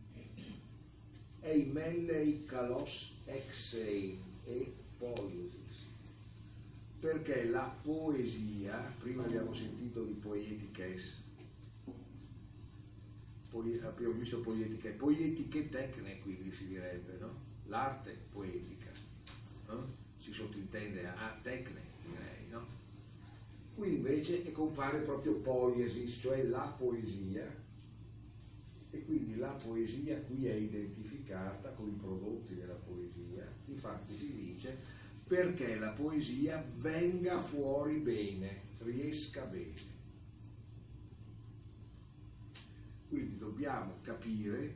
[SPEAKER 1] ei mellei kalos exein e poiesis, perché la poesia, prima abbiamo sentito di poetiches, poi abbiamo visto poetiche, poetiche tecne, quindi si direbbe, no? L'arte poetica, no? Si sottintende a tecne, direi, no? Qui invece compare proprio poiesis, cioè la poesia, e quindi la poesia qui è identificata con i prodotti della poesia, infatti si dice perché la poesia venga fuori bene, riesca bene. Quindi dobbiamo capire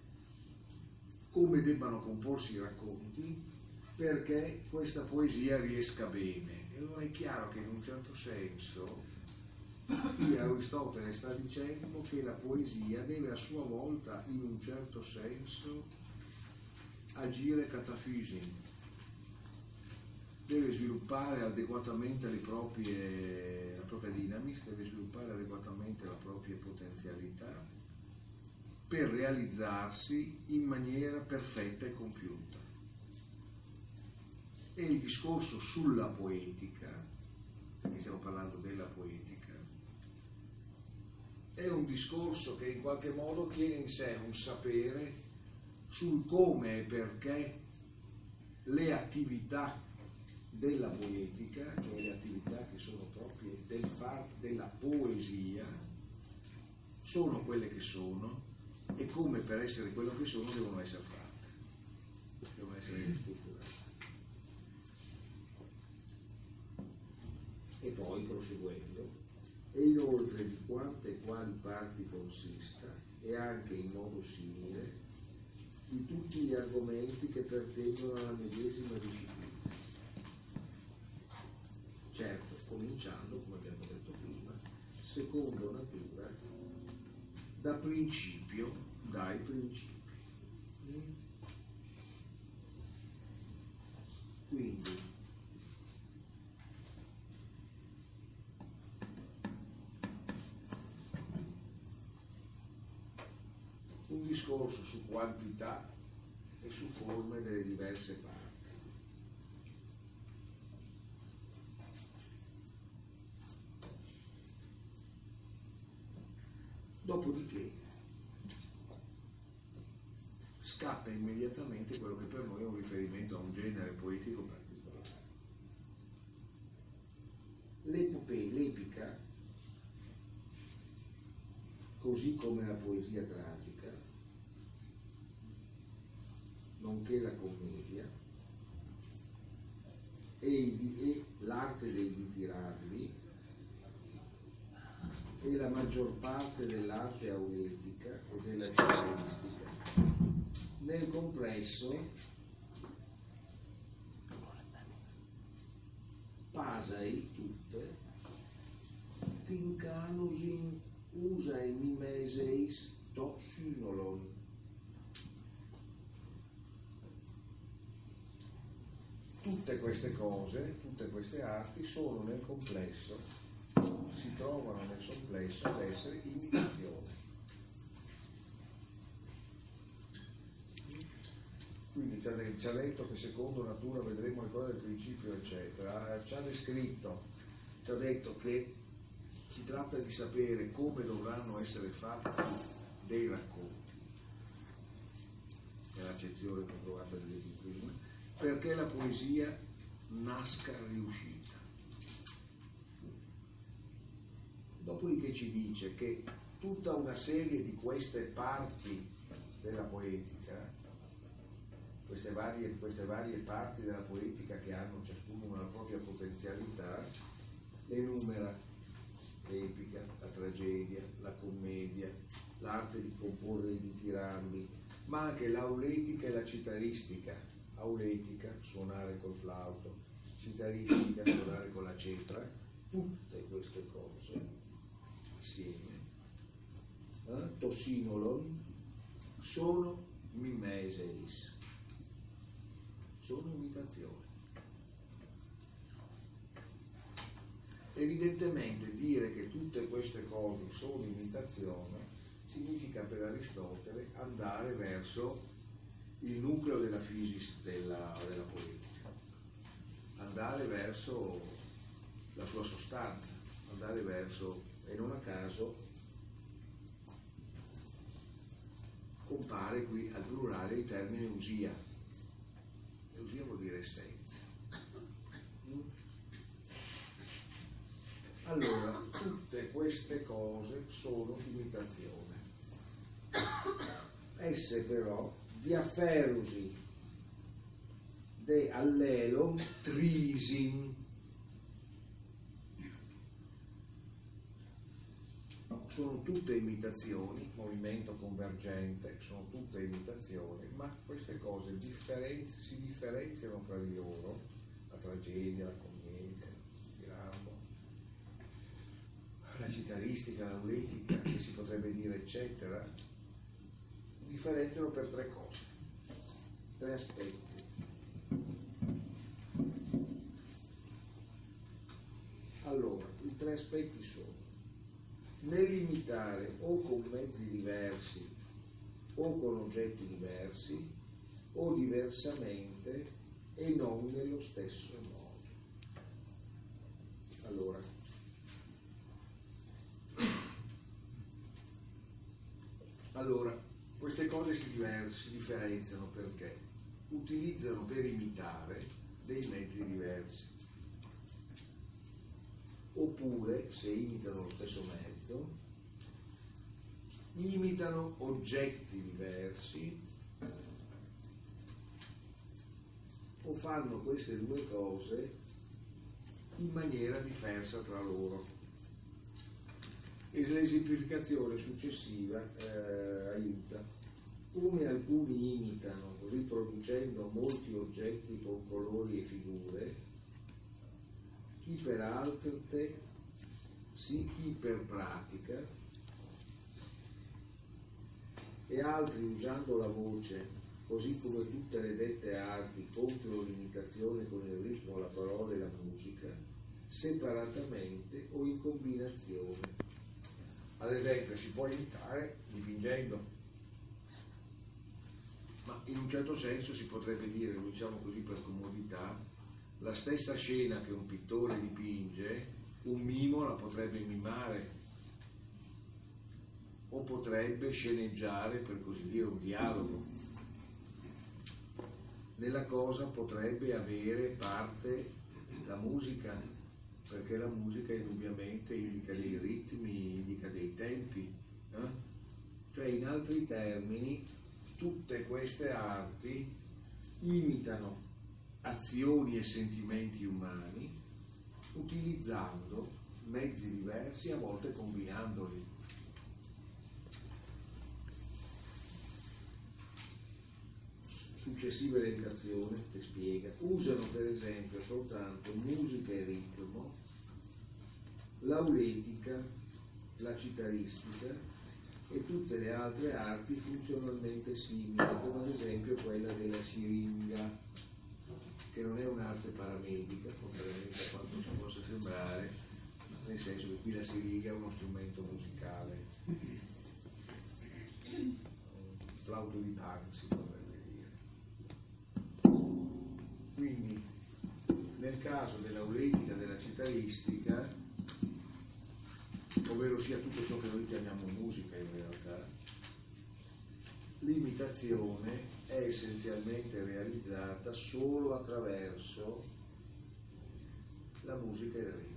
[SPEAKER 1] come debbano comporsi i racconti perché questa poesia riesca bene. E allora è chiaro che in un certo senso qui Aristotele sta dicendo che la poesia deve a sua volta, in un certo senso, agire catafysin, deve sviluppare adeguatamente le proprie, la propria dinamis, deve sviluppare adeguatamente la propria potenzialità per realizzarsi in maniera perfetta e compiuta. E il discorso sulla poetica, perché stiamo parlando della poetica, è un discorso che in qualche modo tiene in sé un sapere sul come e perché le attività della poetica, cioè le attività che sono proprie del far della poesia, sono quelle che sono e come per essere quello che sono devono essere fatte, devono essere strutturate. E poi proseguendo, e inoltre di quante e quali parti consista, e anche in modo simile, di tutti gli argomenti che pertengono alla medesima disciplina. Certo, cominciando, come abbiamo detto prima, secondo natura, da principio, dai principi. Quindi, un discorso su quantità e su forme delle diverse parti. Dopodiché scatta immediatamente quello che per noi è un riferimento a un genere poetico particolare. L'epopea, l'epica, così come la poesia tragica, nonché la commedia, e, e l'arte dei ditirarli, e la maggior parte dell'arte auretica e della scientistica, nel complesso pasai tutte tincanusin usae mimeseis to synolon. Tutte queste cose, tutte queste arti sono nel complesso, si trovano nel complesso ad essere imitazione. Quindi ci ha, ci ha detto che secondo natura vedremo le cose del principio, eccetera. Ci ha descritto, ci ha detto che si tratta di sapere come dovranno essere fatti dei racconti, che è l'accezione che ho provato a dire prima, perché la poesia nasca riuscita. Dopodiché ci dice che tutta una serie di queste parti della poetica, queste varie, queste varie parti della poetica che hanno ciascuno una propria potenzialità, enumera l'epica, la tragedia, la commedia, l'arte di comporre e di tirarli, ma anche l'auletica e la citaristica. Auletica, suonare col flauto, citaristica, suonare con la cetra, tutte queste cose assieme, eh, tossinolon, sono mimeseis, sono imitazioni. Evidentemente dire che tutte queste cose sono imitazione significa per Aristotele andare verso il nucleo della physis della, della poetica, andare verso la sua sostanza, andare verso, e non a caso compare qui al plurale il termine usia. Usia vuol dire essenza. Allora, tutte queste cose sono imitazione. Esse però diafferusi de allelon trisin, sono tutte imitazioni, movimento convergente, sono tutte imitazioni, ma queste cose differenzi, si differenziano tra di loro, la tragedia, la commedia, il dramma, la citaristica, l'auletica, che si potrebbe dire eccetera, differenziano per tre cose, tre aspetti. Allora, i tre aspetti sono: nell'imitare o con mezzi diversi o con oggetti diversi o diversamente e non nello stesso modo. Allora, allora queste cose si, divers- si differenziano perché utilizzano per imitare dei mezzi diversi, oppure, se imitano lo stesso mezzo, imitano oggetti diversi o fanno queste due cose in maniera diversa tra loro. E l'esemplificazione successiva eh, aiuta. Come alcuni imitano riproducendo molti oggetti con colori e figure, chi per arte, sì chi per pratica, e altri usando la voce, così come tutte le dette arti contro l'imitazione con il ritmo, la parola e la musica, separatamente o in combinazione. Ad esempio si può imitare dipingendo, ma in un certo senso si potrebbe dire, lo diciamo così per comodità, la stessa scena che un pittore dipinge, un mimo la potrebbe mimare o potrebbe sceneggiare, per così dire, un dialogo. Nella cosa potrebbe avere parte la musica, perché la musica indubbiamente indica dei ritmi, indica dei tempi, eh? Cioè, in altri termini, tutte queste arti imitano azioni e sentimenti umani utilizzando mezzi diversi, a volte combinandoli. Successiva elencazione che spiega: usano per esempio soltanto musica e ritmo, l'auletica, la citaristica e tutte le altre arti funzionalmente simili, come ad esempio quella della siringa, che non è un'arte paramedica, contrariamente a quanto ci possa sembrare, nel senso che qui la siringa è uno strumento musicale, un flauto di pan si potrebbe dire. Quindi nel caso dell'auletica della citaristica, ovvero sia tutto ciò che noi chiamiamo musica in realtà, l'imitazione è essenzialmente realizzata solo attraverso la musica e il ritmo.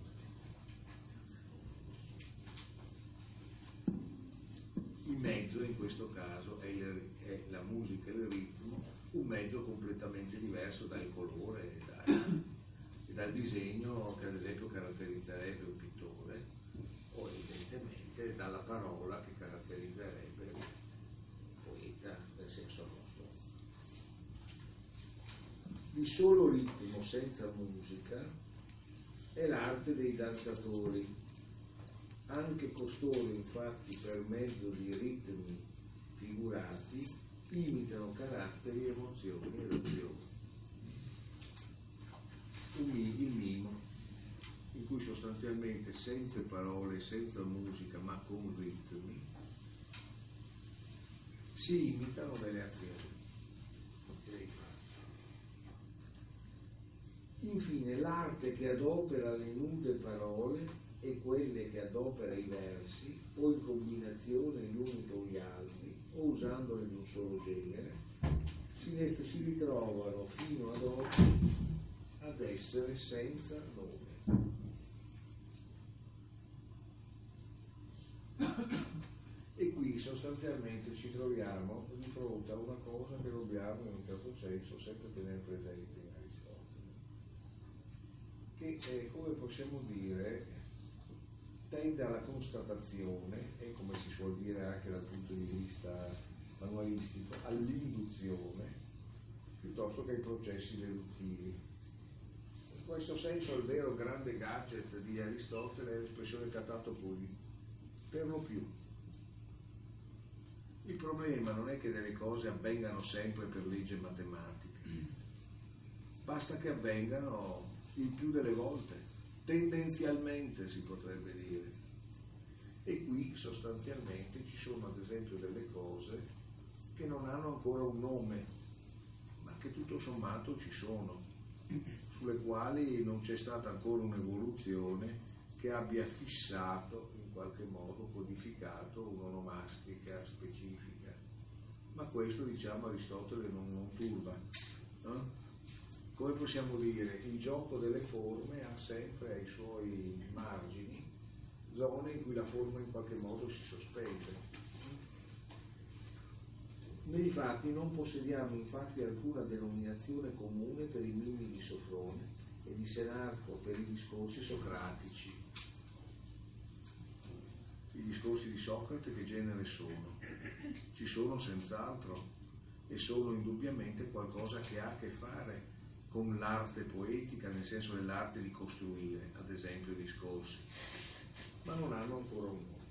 [SPEAKER 1] Il mezzo in questo caso è, il, è la musica e il ritmo, un mezzo completamente diverso dal colore e dal, e dal disegno che ad esempio caratterizzerebbe un pittore, o evidentemente dalla parola che caratterizzerebbe un poeta nel senso nostro. Di solo ritmo senza musica è l'arte dei danzatori. Anche costoro infatti per mezzo di ritmi figurati imitano caratteri, emozioni ed azioni. Il mimo, in cui sostanzialmente senza parole, senza musica, ma con ritmi, si imitano delle azioni. Infine, l'arte che adopera le nude parole e quelle che adopera i versi, o in combinazione gli uni con gli altri, o usandoli di un solo genere, si, si ritrovano fino ad oggi ad essere senza nome. E qui sostanzialmente ci troviamo di fronte a una cosa che dobbiamo in un certo senso sempre tenere presente in Aristotele, che è, come possiamo dire, tende alla constatazione e, come si suol dire anche dal punto di vista manualistico, all'induzione piuttosto che ai processi deduttivi. In questo senso il vero grande gadget di Aristotele è l'espressione catatopoli, per lo più. Il problema non è che delle cose avvengano sempre per legge matematica, basta che avvengano il più delle volte, tendenzialmente si potrebbe dire. E qui sostanzialmente ci sono ad esempio delle cose che non hanno ancora un nome, ma che tutto sommato ci sono, sulle quali non c'è stata ancora un'evoluzione che abbia fissato, in qualche modo codificato, un'onomastica specifica. Ma questo, diciamo, Aristotele non, non turba. No? Come possiamo dire, il gioco delle forme ha sempre ai suoi margini zone in cui la forma in qualche modo si sospende. Noi infatti non possediamo infatti alcuna denominazione comune per i mimi di Sofrone e di Senarco per i discorsi socratici. I discorsi di Socrate che genere sono? Ci sono senz'altro e sono indubbiamente qualcosa che ha a che fare con l'arte poetica, nel senso dell'arte di costruire, ad esempio, discorsi, ma non hanno ancora un nome.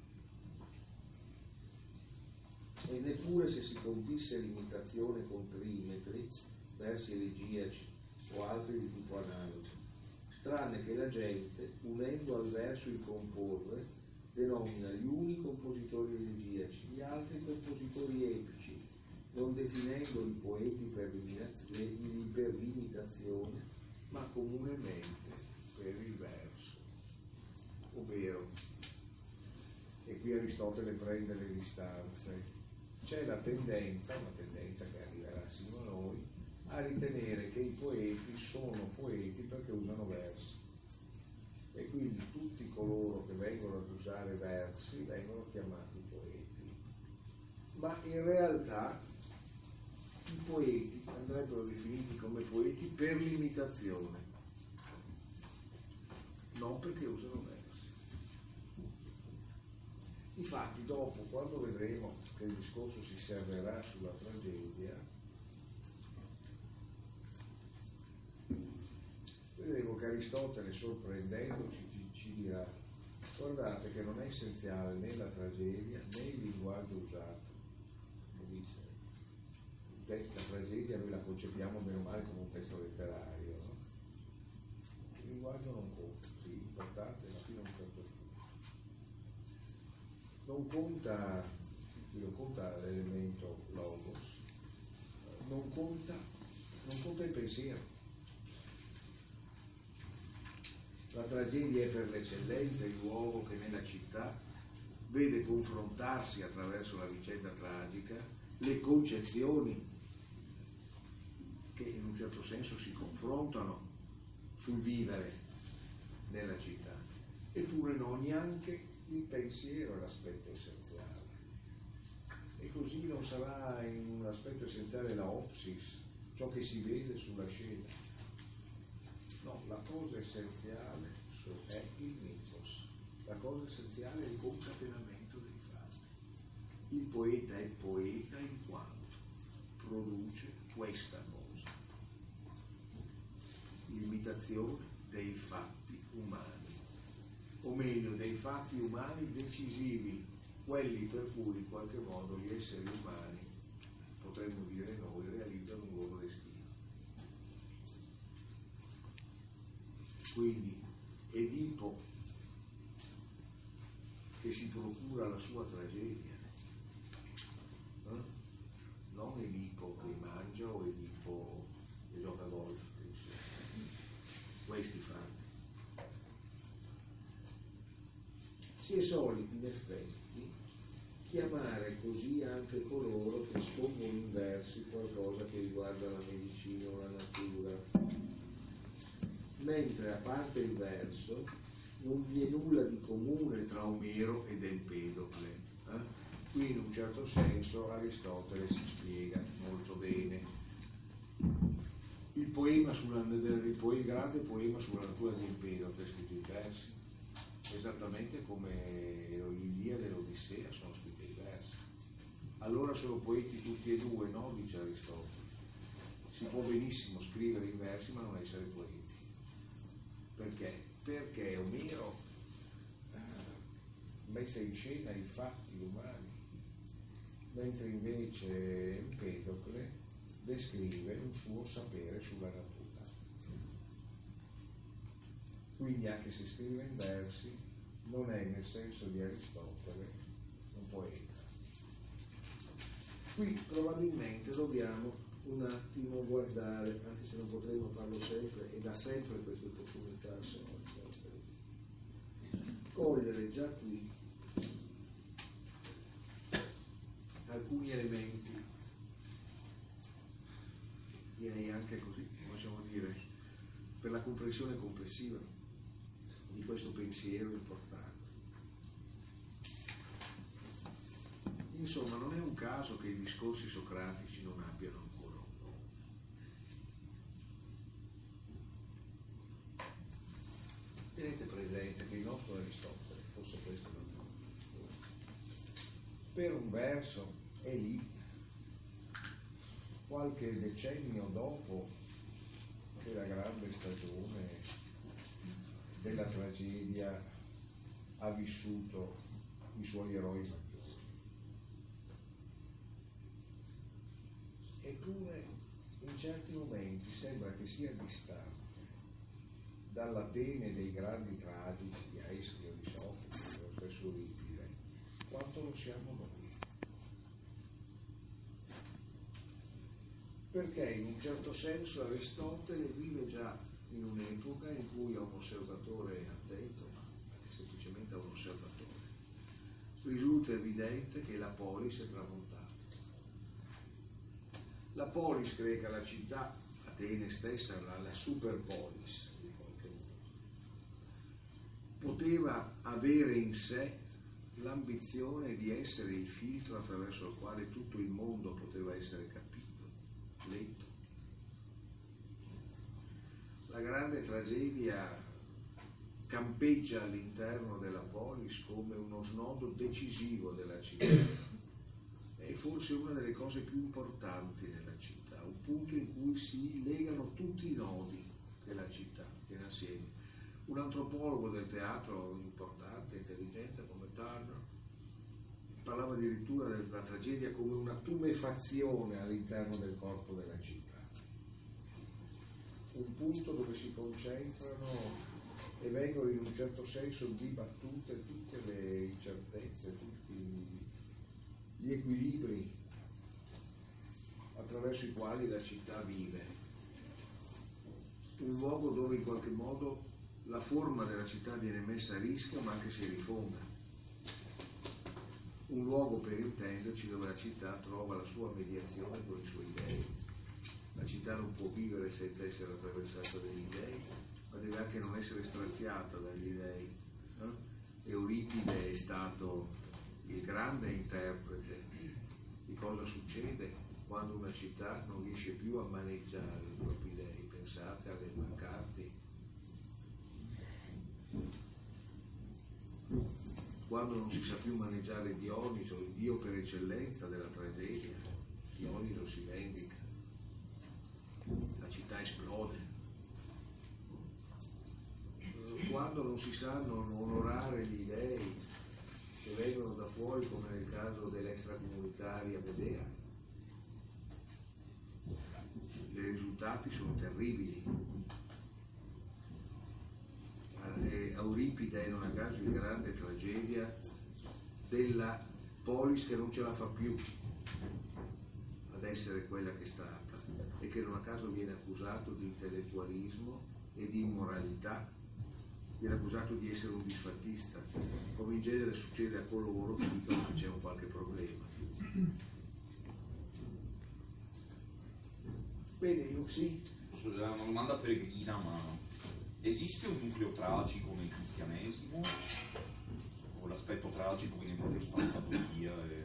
[SPEAKER 1] E neppure se si compisse l'imitazione con trimetri, versi elegiaci o altri di tipo analogo, tranne che la gente, unendo al verso il comporre, denomina gli uni compositori elegiaci, gli altri compositori epici, non definendo i poeti per l'imitazione, ma comunemente per il verso. Ovvero, e qui Aristotele prende le distanze, c'è la tendenza, una tendenza che arriverà sino a noi, a ritenere che i poeti sono poeti perché usano versi. E quindi tutti coloro che vengono ad usare versi vengono chiamati poeti. Ma in realtà i poeti andrebbero definiti come poeti per l'imitazione, non perché usano versi. Infatti dopo, quando vedremo che il discorso si serverà sulla tragedia, vedremo che Aristotele, sorprendendoci, ci dirà: guardate che non è essenziale né la tragedia né il linguaggio usato. Lo dice, la tragedia noi la concepiamo bene o male come un testo letterario, no? Il linguaggio non conta, sì, importante, ma fino a un certo punto. Non conta, non conta l'elemento logos, non conta, non conta il pensiero. La tragedia è per l'eccellenza il luogo che nella città vede confrontarsi attraverso la vicenda tragica le concezioni che in un certo senso si confrontano sul vivere nella città, eppure non neanche il pensiero è l'aspetto essenziale. E così non sarà in un aspetto essenziale la opsis, ciò che si vede sulla scena. No, la cosa essenziale è il mythos, la cosa essenziale è il concatenamento dei fatti. Il poeta è poeta in quanto produce questa cosa, l'imitazione dei fatti umani, o meglio dei fatti umani decisivi, quelli per cui in qualche modo gli esseri umani, potremmo dire noi, realizzano un loro destino. Quindi Edipo che si procura la sua tragedia, eh? Non Edipo che mangia o Edipo che gioca a golf, questi fatti. Si è soliti in effetti chiamare così anche coloro che spongono in versi qualcosa che riguarda la medicina o la natura, mentre a parte il verso non vi è nulla di comune tra Omero ed Empedocle. Eh? Qui in un certo senso Aristotele si spiega molto bene. Il poema sulla, il grande poema sulla natura di Empedocle è scritto in versi, esattamente come l'Iliade e l'Odissea sono scritte in versi. Allora sono poeti tutti e due, no? Dice Aristotele. Si può benissimo scrivere in versi ma non essere poeti. Perché? Perché Omero eh, mette in scena i fatti umani, mentre invece Empedocle descrive un suo sapere sulla natura. Quindi anche se scrive in versi non è nel senso di Aristotele un poeta. Qui probabilmente dobbiamo un attimo guardare, anche se non potremo farlo sempre, e da sempre questa opportunità sono cogliere già qui alcuni elementi, direi anche così, possiamo dire, per la comprensione complessiva di questo pensiero importante. Insomma, non è un caso che i discorsi socratici non abbiano ancora un nome. Tenete presente che il nostro Aristotele, forse questo non è, per un verso è lì, qualche decennio dopo che la grande stagione della tragedia ha vissuto i suoi eroi maggiori. Eppure in certi momenti sembra che sia distante dall'Atene dei grandi tragici di Eschilo, di Sofocle, dello stesso Euripide, quanto lo siamo noi. Perché in un certo senso Aristotele vive già in un'epoca in cui a un osservatore attento, ma anche semplicemente a un osservatore, risulta evidente che la polis è tramontata. La polis greca, la città, Atene stessa, la, la superpolis, in qualche modo, poteva avere in sé l'ambizione di essere il filtro attraverso il quale tutto il mondo poteva essere capito, letto. La grande tragedia campeggia all'interno della polis come uno snodo decisivo della città. È forse una delle cose più importanti nella città, un punto in cui si legano tutti i nodi della città, tiene assieme. Un antropologo del teatro importante, intelligente come Turner, parlava addirittura della tragedia come una tumefazione all'interno del corpo della città. Un punto dove si concentrano e vengono in un certo senso dibattute tutte le incertezze, tutti gli equilibri attraverso i quali la città vive. Un luogo dove in qualche modo la forma della città viene messa a rischio ma anche si rifonda. Un luogo, per intenderci, dove la città trova la sua mediazione con i suoi dei. La città non può vivere senza essere attraversata dagli dei, ma deve anche non essere straziata dagli dei. No? Euripide è stato il grande interprete di cosa succede quando una città non riesce più a maneggiare i propri dei. Pensate alle Bancarti. Quando non si sa più maneggiare Dioniso, il dio per eccellenza della tragedia, Dioniso si vendica, la città esplode. Quando non si sanno onorare gli dei che vengono da fuori, come nel caso dell'extracomunitaria Medea, i risultati sono terribili. Euripide è non a caso il grande tragedia della polis che non ce la fa più ad essere quella che è stata e che non a caso viene accusato di intellettualismo e di immoralità, viene accusato di essere un disfattista, come in genere succede a coloro che dicono che c'è un qualche problema. Bene, io sì.
[SPEAKER 2] Una domanda peregrina, ma esiste un nucleo tragico nel cristianesimo? O l'aspetto tragico viene proprio spazzato via? E...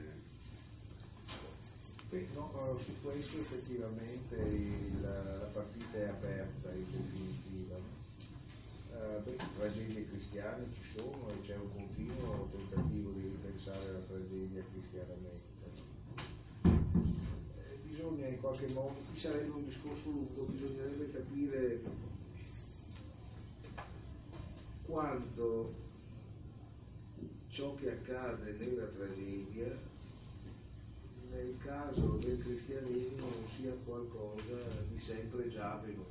[SPEAKER 1] Beh, no, su questo effettivamente il, la partita è aperta in definitiva. Uh, beh, tragedie cristiane ci sono e c'è un continuo tentativo di ripensare la tragedia cristianamente. Eh, bisogna in qualche modo, qui sarebbe un discorso lungo, bisognerebbe capire quanto ciò che accade nella tragedia nel caso del cristianesimo non sia qualcosa di sempre già avvenuto.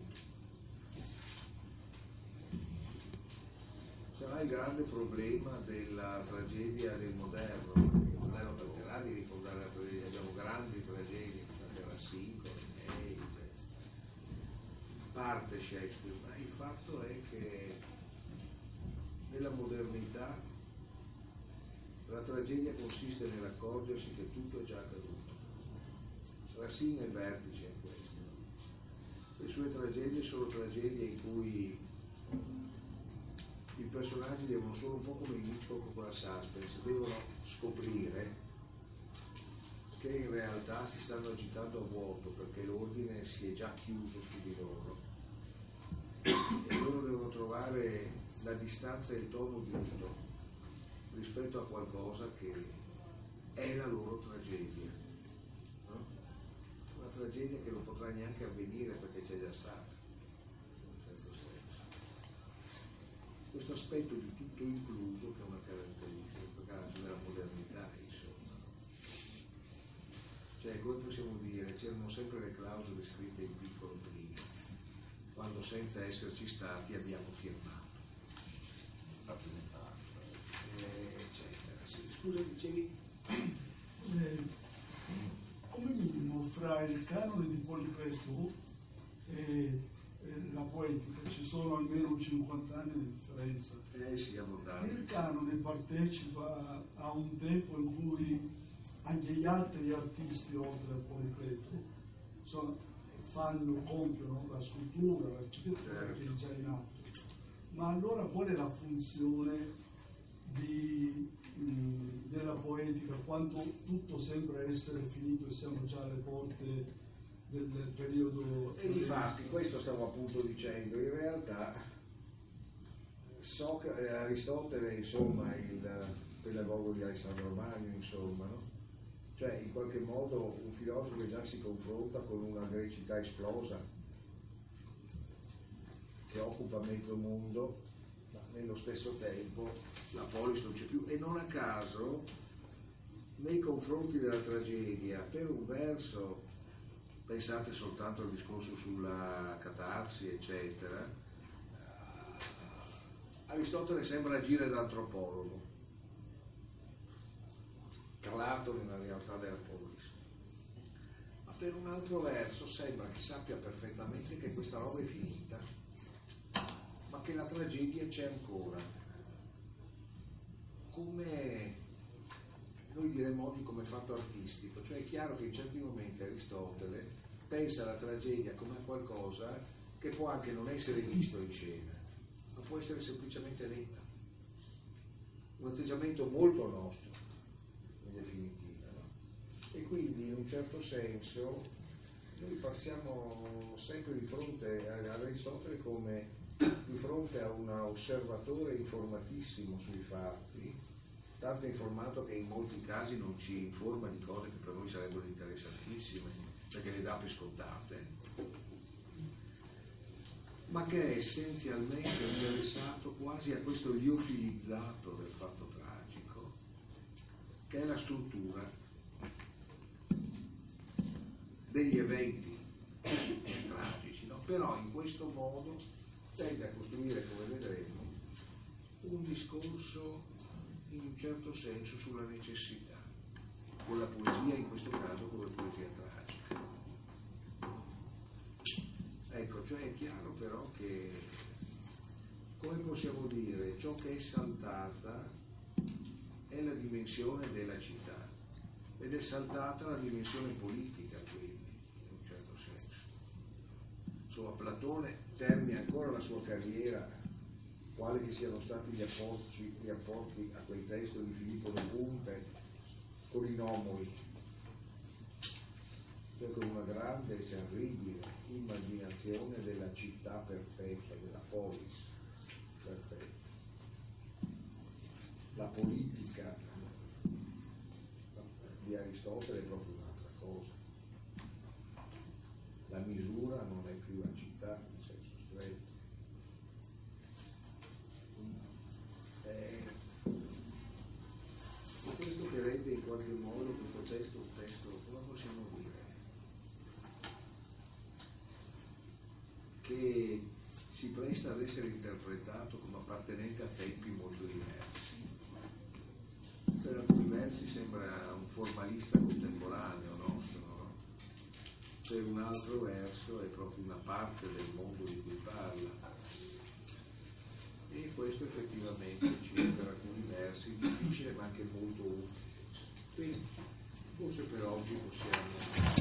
[SPEAKER 1] Sarà il grande problema della tragedia del moderno, perché il moderno tenterà di ricordare la tragedia, abbiamo grandi tragedie, come Racine, Corneille, parte Shakespeare, ma il fatto è che nella modernità la tragedia consiste nell'accorgersi che tutto è già accaduto. Racine è il vertice in questo. Le sue tragedie sono tragedie in cui i personaggi devono solo un po' come in Hitchcock con la suspense, devono scoprire che in realtà si stanno agitando a vuoto perché l'ordine si è già chiuso su di loro e loro devono trovare la distanza e il tono giusto rispetto a qualcosa che è la loro tragedia, no? Una tragedia che non potrà neanche avvenire perché c'è già stata, in un certo senso. Questo aspetto di tutto incluso che è una caratteristica della modernità, insomma. Cioè, come possiamo dire, c'erano sempre le clausole scritte in piccolo prima, quando senza esserci stati abbiamo firmato.
[SPEAKER 2] Rappresentanza,
[SPEAKER 1] Eh, eccetera. Sì. Scusa, dicevi?
[SPEAKER 4] Eh, come minimo fra il canone di Policleto e, e la poetica ci sono almeno cinquanta anni di differenza.
[SPEAKER 1] Eh sì, abbondante.
[SPEAKER 4] Il canone partecipa a un tempo in cui anche gli altri artisti oltre a Policleto sono, fanno, compiono la scultura, l'architettura,
[SPEAKER 1] Certo.
[SPEAKER 4] che è già in atto. Ma allora qual è la funzione di, mh, della poetica quando tutto sembra essere finito e siamo già alle porte del periodo...
[SPEAKER 1] E infatti questo stavo appunto dicendo, in realtà Soc- Aristotele, insomma, il pedagogo di Alessandro Magno, insomma, no? Cioè in qualche modo un filosofo che già si confronta con una grecità esplosa che occupa mezzo mondo, ma nello stesso tempo la polis non c'è più, e non a caso nei confronti della tragedia, per un verso, pensate soltanto al discorso sulla catarsi, eccetera, Aristotele sembra agire da antropologo, calato nella realtà della polis, ma per un altro verso sembra che sappia perfettamente che questa roba è finita. Ma che la tragedia c'è ancora. Come noi diremmo oggi come fatto artistico, cioè è chiaro che in certi momenti Aristotele pensa alla tragedia come a qualcosa che può anche non essere visto in scena, ma può essere semplicemente letta. Un atteggiamento molto nostro, in definitiva, no? E quindi in un certo senso noi passiamo sempre di fronte ad Aristotele come di fronte a un osservatore informatissimo sui fatti, tanto informato che in molti casi non ci informa di cose che per noi sarebbero interessantissime, perché le dà per scontate, ma che è essenzialmente interessato quasi a questo liofilizzato del fatto tragico, che è la struttura degli eventi tragici, no? Però in questo modo tende a costruire, come vedremo, un discorso in un certo senso sulla necessità, con la poesia, in questo caso con la poesia tragica. Ecco, cioè è chiaro però che, come possiamo dire, ciò che è saltata è la dimensione della città, ed è saltata la dimensione politica, quindi, in un certo senso. Insomma, Platone termina ancora la sua carriera, quali che siano stati gli apporti, gli apporti a quel testo di Filippo da Punte, con i nomoi, cioè con una grande e terribile immaginazione della città perfetta, della polis perfetta. La politica di Aristotele è proprio un'altra cosa. La misura non è più la città in senso stretto. Questo che rende in qualche modo questo testo un testo, come possiamo dire, che si presta ad essere interpretato come appartenente a tempi molto diversi. Per alcuni versi sembra un formalista contemporaneo nostro, no? Per un altro verso è proprio una parte del mondo di cui parla. E questo effettivamente ci è per alcuni versi difficile ma anche molto utile. Quindi forse per oggi possiamo